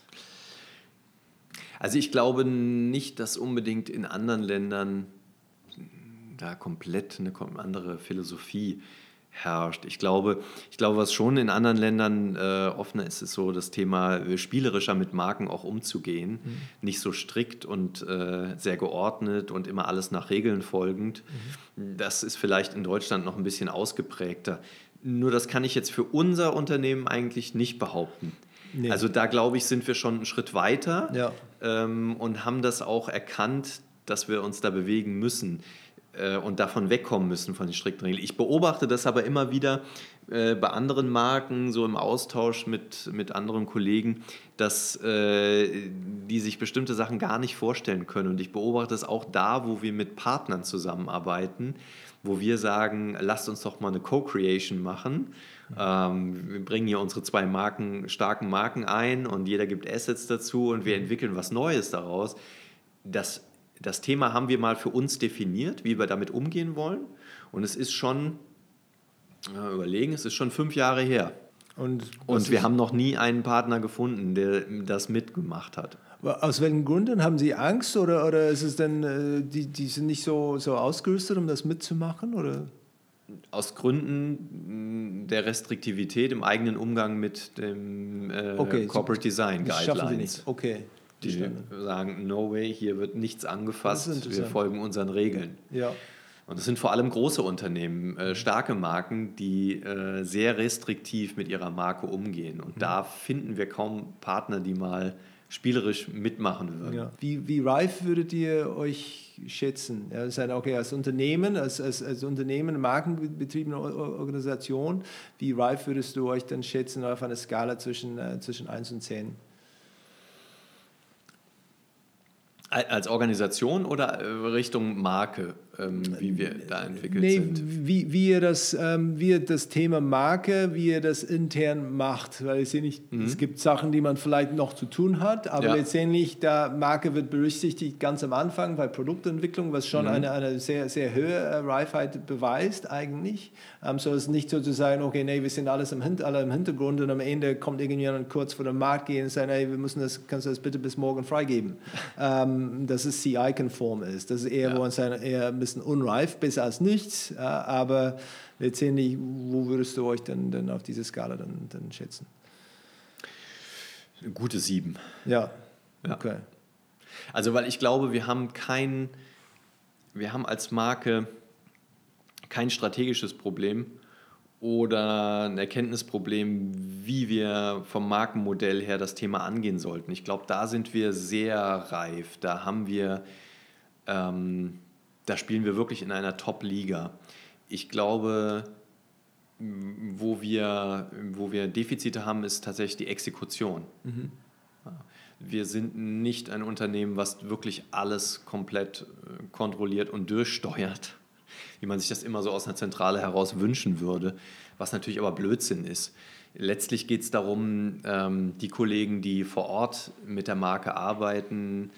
Also ich glaube nicht, dass unbedingt in anderen Ländern da komplett eine andere Philosophie herrscht. Ich glaube, ich glaube, was schon in anderen Ländern äh, offener ist, ist so das Thema spielerischer mit Marken auch umzugehen. Mhm. Nicht so strikt und äh, sehr geordnet und immer alles nach Regeln folgend. Mhm. Das ist vielleicht in Deutschland noch ein bisschen ausgeprägter. Nur das kann ich jetzt für unser Unternehmen eigentlich nicht behaupten. Nee. Also da, glaube ich, sind wir schon einen Schritt weiter ja. ähm, und haben das auch erkannt, dass wir uns da bewegen müssen und davon wegkommen müssen, von den strikten Regeln. Ich beobachte das aber immer wieder äh, bei anderen Marken, so im Austausch mit, mit anderen Kollegen, dass äh, die sich bestimmte Sachen gar nicht vorstellen können. Und ich beobachte es auch da, wo wir mit Partnern zusammenarbeiten, wo wir sagen, lasst uns doch mal eine Co-Creation machen. Mhm. Ähm, wir bringen hier unsere zwei Marken, starken Marken ein und jeder gibt Assets dazu und wir entwickeln was Neues daraus. Das Das Thema haben wir mal für uns definiert, wie wir damit umgehen wollen. Und es ist schon, äh, überlegen, es ist schon fünf Jahre her. Und, und wir haben noch nie einen Partner gefunden, der das mitgemacht hat. Aus welchen Gründen? Haben Sie Angst oder, oder ist es denn, äh, die, die sind nicht so, so ausgerüstet, um das mitzumachen? Oder? Aus Gründen der Restriktivität im eigenen Umgang mit dem äh, okay, Corporate Design Guidelines. Schaffen Sie nicht. Okay. Die Bestanden. Sagen, no way, hier wird nichts angefasst, wir folgen unseren Regeln. Ja. Und das sind vor allem große Unternehmen, äh, starke Marken, die äh, sehr restriktiv mit ihrer Marke umgehen. Und mhm. da finden wir kaum Partner, die mal spielerisch mitmachen würden. Ja. Wie, wie reif würdet ihr euch schätzen? Ja, das heißt, okay, als Unternehmen, als, als, als Unternehmen, markenbetriebene Organisation, wie reif würdest du euch dann schätzen auf einer Skala zwischen, äh, zwischen eins und zehn? Als Organisation oder Richtung Marke, ähm, wie wir da entwickelt nee, sind? Wie, wie, ihr das, ähm, wie ihr das Thema Marke, wie ihr das intern macht. Weil ich sehe nicht, mhm. es gibt Sachen, die man vielleicht noch zu tun hat, aber ja. letztendlich, da Marke wird berücksichtigt ganz am Anfang bei Produktentwicklung, was schon mhm. eine, eine sehr, sehr hohe Reifheit beweist eigentlich. Ähm, so ist nicht so zu sagen, okay, nee, wir sind alles im, Hin- alle im Hintergrund und am Ende kommt irgendjemand kurz vor dem Markt gehen und sagt, hey, wir müssen das, kannst du das bitte bis morgen freigeben. ähm, dass es C I-konform ist. Das ist eher, ja. wo uns eher ein bisschen unreif, besser als nichts, aber letztendlich, wo würdest du euch denn, denn auf diese Skala dann, dann schätzen? Eine gute sieben. Ja, ja. Okay. Also, weil ich glaube, wir haben kein, wir haben als Marke kein strategisches Problem oder ein Erkenntnisproblem, wie wir vom Markenmodell her das Thema angehen sollten. Ich glaube, da sind wir sehr reif. Da haben wir, ähm, da spielen wir wirklich in einer Top-Liga. Ich glaube, wo wir, wo wir Defizite haben, ist tatsächlich die Exekution. Mhm. Wir sind nicht ein Unternehmen, was wirklich alles komplett kontrolliert und durchsteuert, wie man sich das immer so aus einer Zentrale heraus wünschen würde, was natürlich aber Blödsinn ist. Letztlich geht es darum, die Kollegen, die vor Ort mit der Marke arbeiten,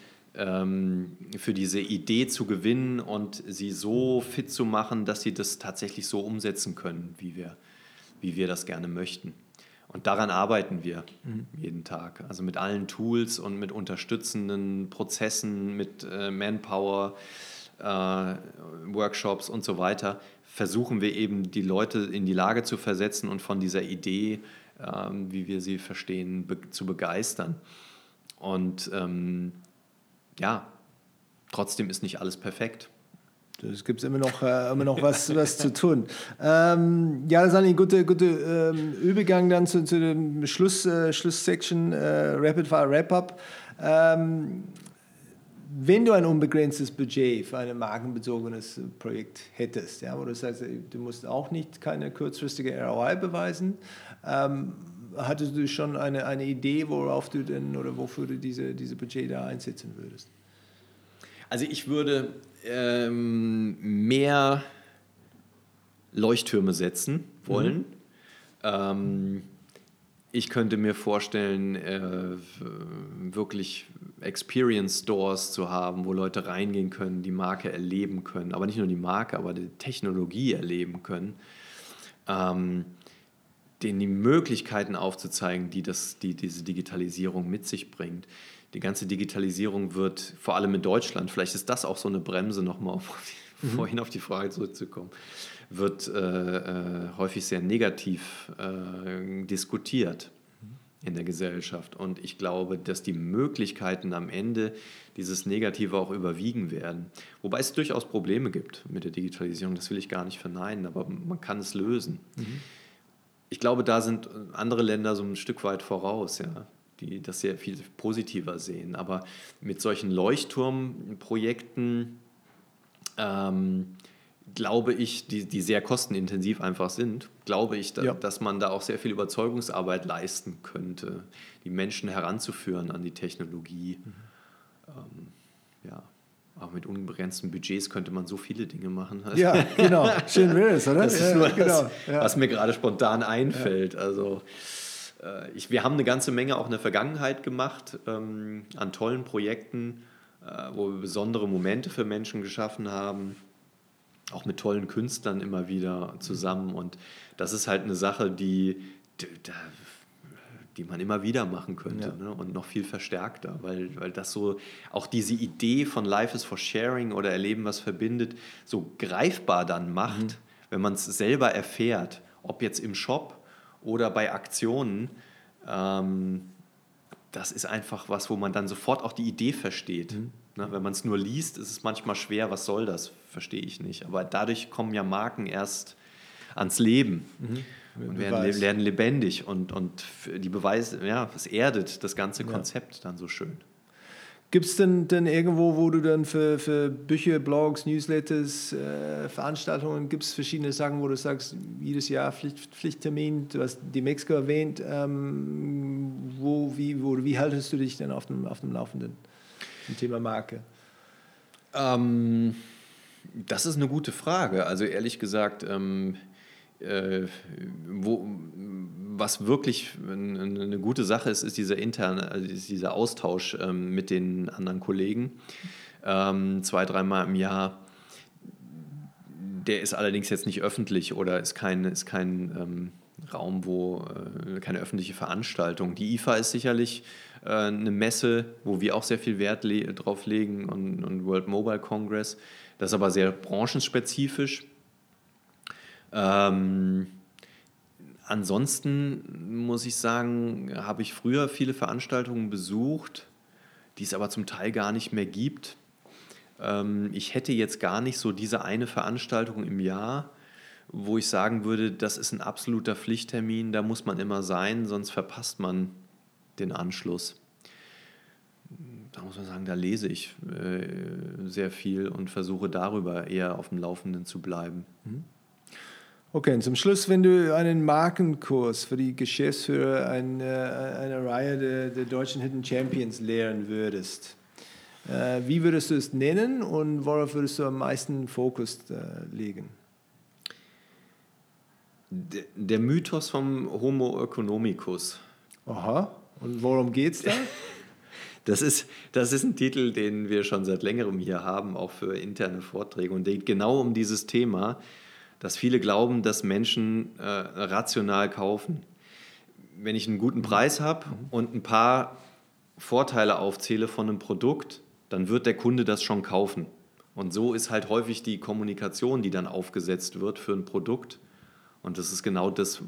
für diese Idee zu gewinnen und sie so fit zu machen, dass sie das tatsächlich so umsetzen können, wie wir, wie wir das gerne möchten. Und daran arbeiten wir mhm. jeden Tag. Also mit allen Tools und mit unterstützenden Prozessen, mit äh, Manpower, äh, Workshops und so weiter, versuchen wir eben die Leute in die Lage zu versetzen und von dieser Idee, äh, wie wir sie verstehen, be- zu begeistern. Und ähm, ja, trotzdem ist nicht alles perfekt. Es gibt immer noch, äh, immer noch was, was zu tun. Ähm, ja, das ist ein guter, guter ähm, Übergang dann zu, zu dem Schluss, äh, Schlusssection, äh, Rapid Fire Wrap-Up. Ähm, wenn du ein unbegrenztes Budget für ein markenbezogenes Projekt hättest, ja, wo du sagst, du musst auch nicht keine kurzfristige R O I beweisen, ähm, hattest du schon eine, eine Idee, worauf du denn oder wofür du diese, diese Budget da einsetzen würdest? Also ich würde ähm, mehr Leuchttürme setzen wollen. Mhm. Ähm, ich könnte mir vorstellen, äh, wirklich Experience Stores zu haben, wo Leute reingehen können, die Marke erleben können. Aber nicht nur die Marke, aber die Technologie erleben können. Ähm, denen die Möglichkeiten aufzuzeigen, die, das, die diese Digitalisierung mit sich bringt. Die ganze Digitalisierung wird, vor allem in Deutschland, vielleicht ist das auch so eine Bremse, nochmal um mhm. vorhin auf die Frage zurückzukommen, wird äh, äh, häufig sehr negativ äh, diskutiert mhm. in der Gesellschaft. Und ich glaube, dass die Möglichkeiten am Ende dieses Negative auch überwiegen werden. Wobei es durchaus Probleme gibt mit der Digitalisierung, das will ich gar nicht verneinen, aber man kann es lösen. Mhm. Ich glaube, da sind andere Länder so ein Stück weit voraus, ja, die das sehr viel positiver sehen. Aber mit solchen Leuchtturmprojekten ähm, glaube ich, die, die sehr kostenintensiv einfach sind, glaube ich, da, ja. dass man da auch sehr viel Überzeugungsarbeit leisten könnte, die Menschen heranzuführen an die Technologie. Mhm. Ähm, ja. Auch mit unbegrenzten Budgets könnte man so viele Dinge machen. Ja, genau. Schön wäre es, oder? Das ist ja, nur genau. das, ja. was mir gerade spontan einfällt. Ja. Also, äh, ich, wir haben eine ganze Menge auch in der Vergangenheit gemacht, ähm, an tollen Projekten, äh, wo wir besondere Momente für Menschen geschaffen haben, auch mit tollen Künstlern immer wieder zusammen. Und das ist halt eine Sache, die... die, die die man immer wieder machen könnte, ja. ne? Und noch viel verstärkter, weil, weil das so auch diese Idee von Life is for Sharing oder Erleben, was verbindet, so greifbar dann macht, mhm. wenn man es selber erfährt, ob jetzt im Shop oder bei Aktionen. Ähm, das ist einfach was, wo man dann sofort auch die Idee versteht. Mhm. Ne? Wenn man es nur liest, ist es manchmal schwer, was soll das? Verstehe ich nicht. Aber dadurch kommen ja Marken erst ans Leben. Mhm. Und werden, werden lebendig und, und die Beweise, ja, es erdet das ganze Konzept ja. dann so schön. Gibt es denn, denn irgendwo, wo du dann für, für Bücher, Blogs, Newsletters, äh, Veranstaltungen, gibt es verschiedene Sachen, wo du sagst, jedes Jahr Pflicht, Pflichttermin, du hast die Mexiko erwähnt, ähm, wo, wie, wo, wie haltest du dich denn auf dem, auf dem Laufenden zum Thema Marke? Ähm, das ist eine gute Frage. Also ehrlich gesagt, ähm, Äh, wo, was wirklich eine, eine gute Sache ist, ist dieser interne, also ist dieser Austausch ähm, mit den anderen Kollegen. Ähm, zwei, dreimal im Jahr. Der ist allerdings jetzt nicht öffentlich oder ist kein, ist kein ähm, Raum, wo äh, keine öffentliche Veranstaltung. Die I F A ist sicherlich äh, eine Messe, wo wir auch sehr viel Wert le- drauf legen und, und World Mobile Congress. Das ist aber sehr branchenspezifisch. Ähm, ansonsten muss ich sagen, habe ich früher viele Veranstaltungen besucht, die es aber zum Teil gar nicht mehr gibt. Ähm, ich hätte jetzt gar nicht so diese eine Veranstaltung im Jahr, wo ich sagen würde, das ist ein absoluter Pflichttermin, da muss man immer sein, sonst verpasst man den Anschluss. Da muss man sagen, da lese ich äh, sehr viel und versuche darüber eher auf dem Laufenden zu bleiben. Okay, und zum Schluss, wenn du einen Markenkurs für die Geschäftsführer eine, eine Reihe der, der deutschen Hidden Champions lehren würdest, äh, wie würdest du es nennen und worauf würdest du am meisten Fokus äh, legen? Der, der Mythos vom Homo economicus. Aha, und worum geht's da? Das ist, das ist ein Titel, den wir schon seit längerem hier haben, auch für interne Vorträge, und geht genau um dieses Thema, dass viele glauben, dass Menschen äh, rational kaufen. Wenn ich einen guten Preis habe und ein paar Vorteile aufzähle von einem Produkt, dann wird der Kunde das schon kaufen. Und so ist halt häufig die Kommunikation, die dann aufgesetzt wird für ein Produkt. Und das ist genau das,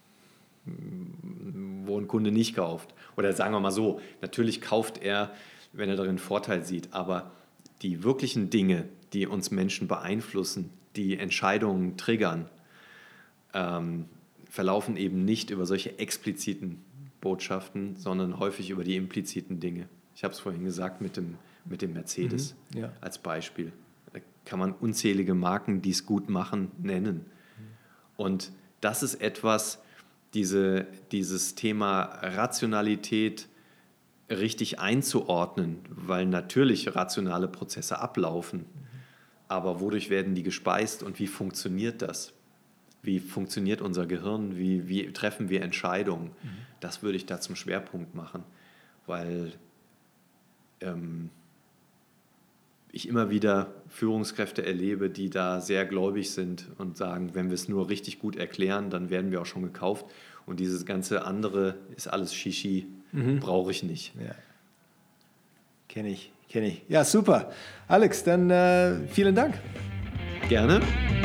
wo ein Kunde nicht kauft. Oder sagen wir mal so, natürlich kauft er, wenn er darin einen Vorteil sieht, aber die wirklichen Dinge, die uns Menschen beeinflussen, die Entscheidungen triggern, ähm, verlaufen eben nicht über solche expliziten Botschaften, sondern häufig über die impliziten Dinge. Ich habe es vorhin gesagt mit dem, mit dem Mercedes mhm, ja. als Beispiel. Da kann man unzählige Marken, die es gut machen, nennen. Mhm. Und das ist etwas, diese, dieses Thema Rationalität richtig einzuordnen, weil natürlich rationale Prozesse ablaufen. Mhm. Aber wodurch werden die gespeist und wie funktioniert das? Wie funktioniert unser Gehirn? Wie, wie treffen wir Entscheidungen? Mhm. Das würde ich da zum Schwerpunkt machen, weil ähm, ich immer wieder Führungskräfte erlebe, die da sehr gläubig sind und sagen, wenn wir es nur richtig gut erklären, dann werden wir auch schon gekauft. Und dieses ganze andere ist alles Shishi, mhm. brauche ich nicht. Ja. Kenne ich, kenne ich. Ja, super. Alex, dann äh, vielen Dank. Gerne.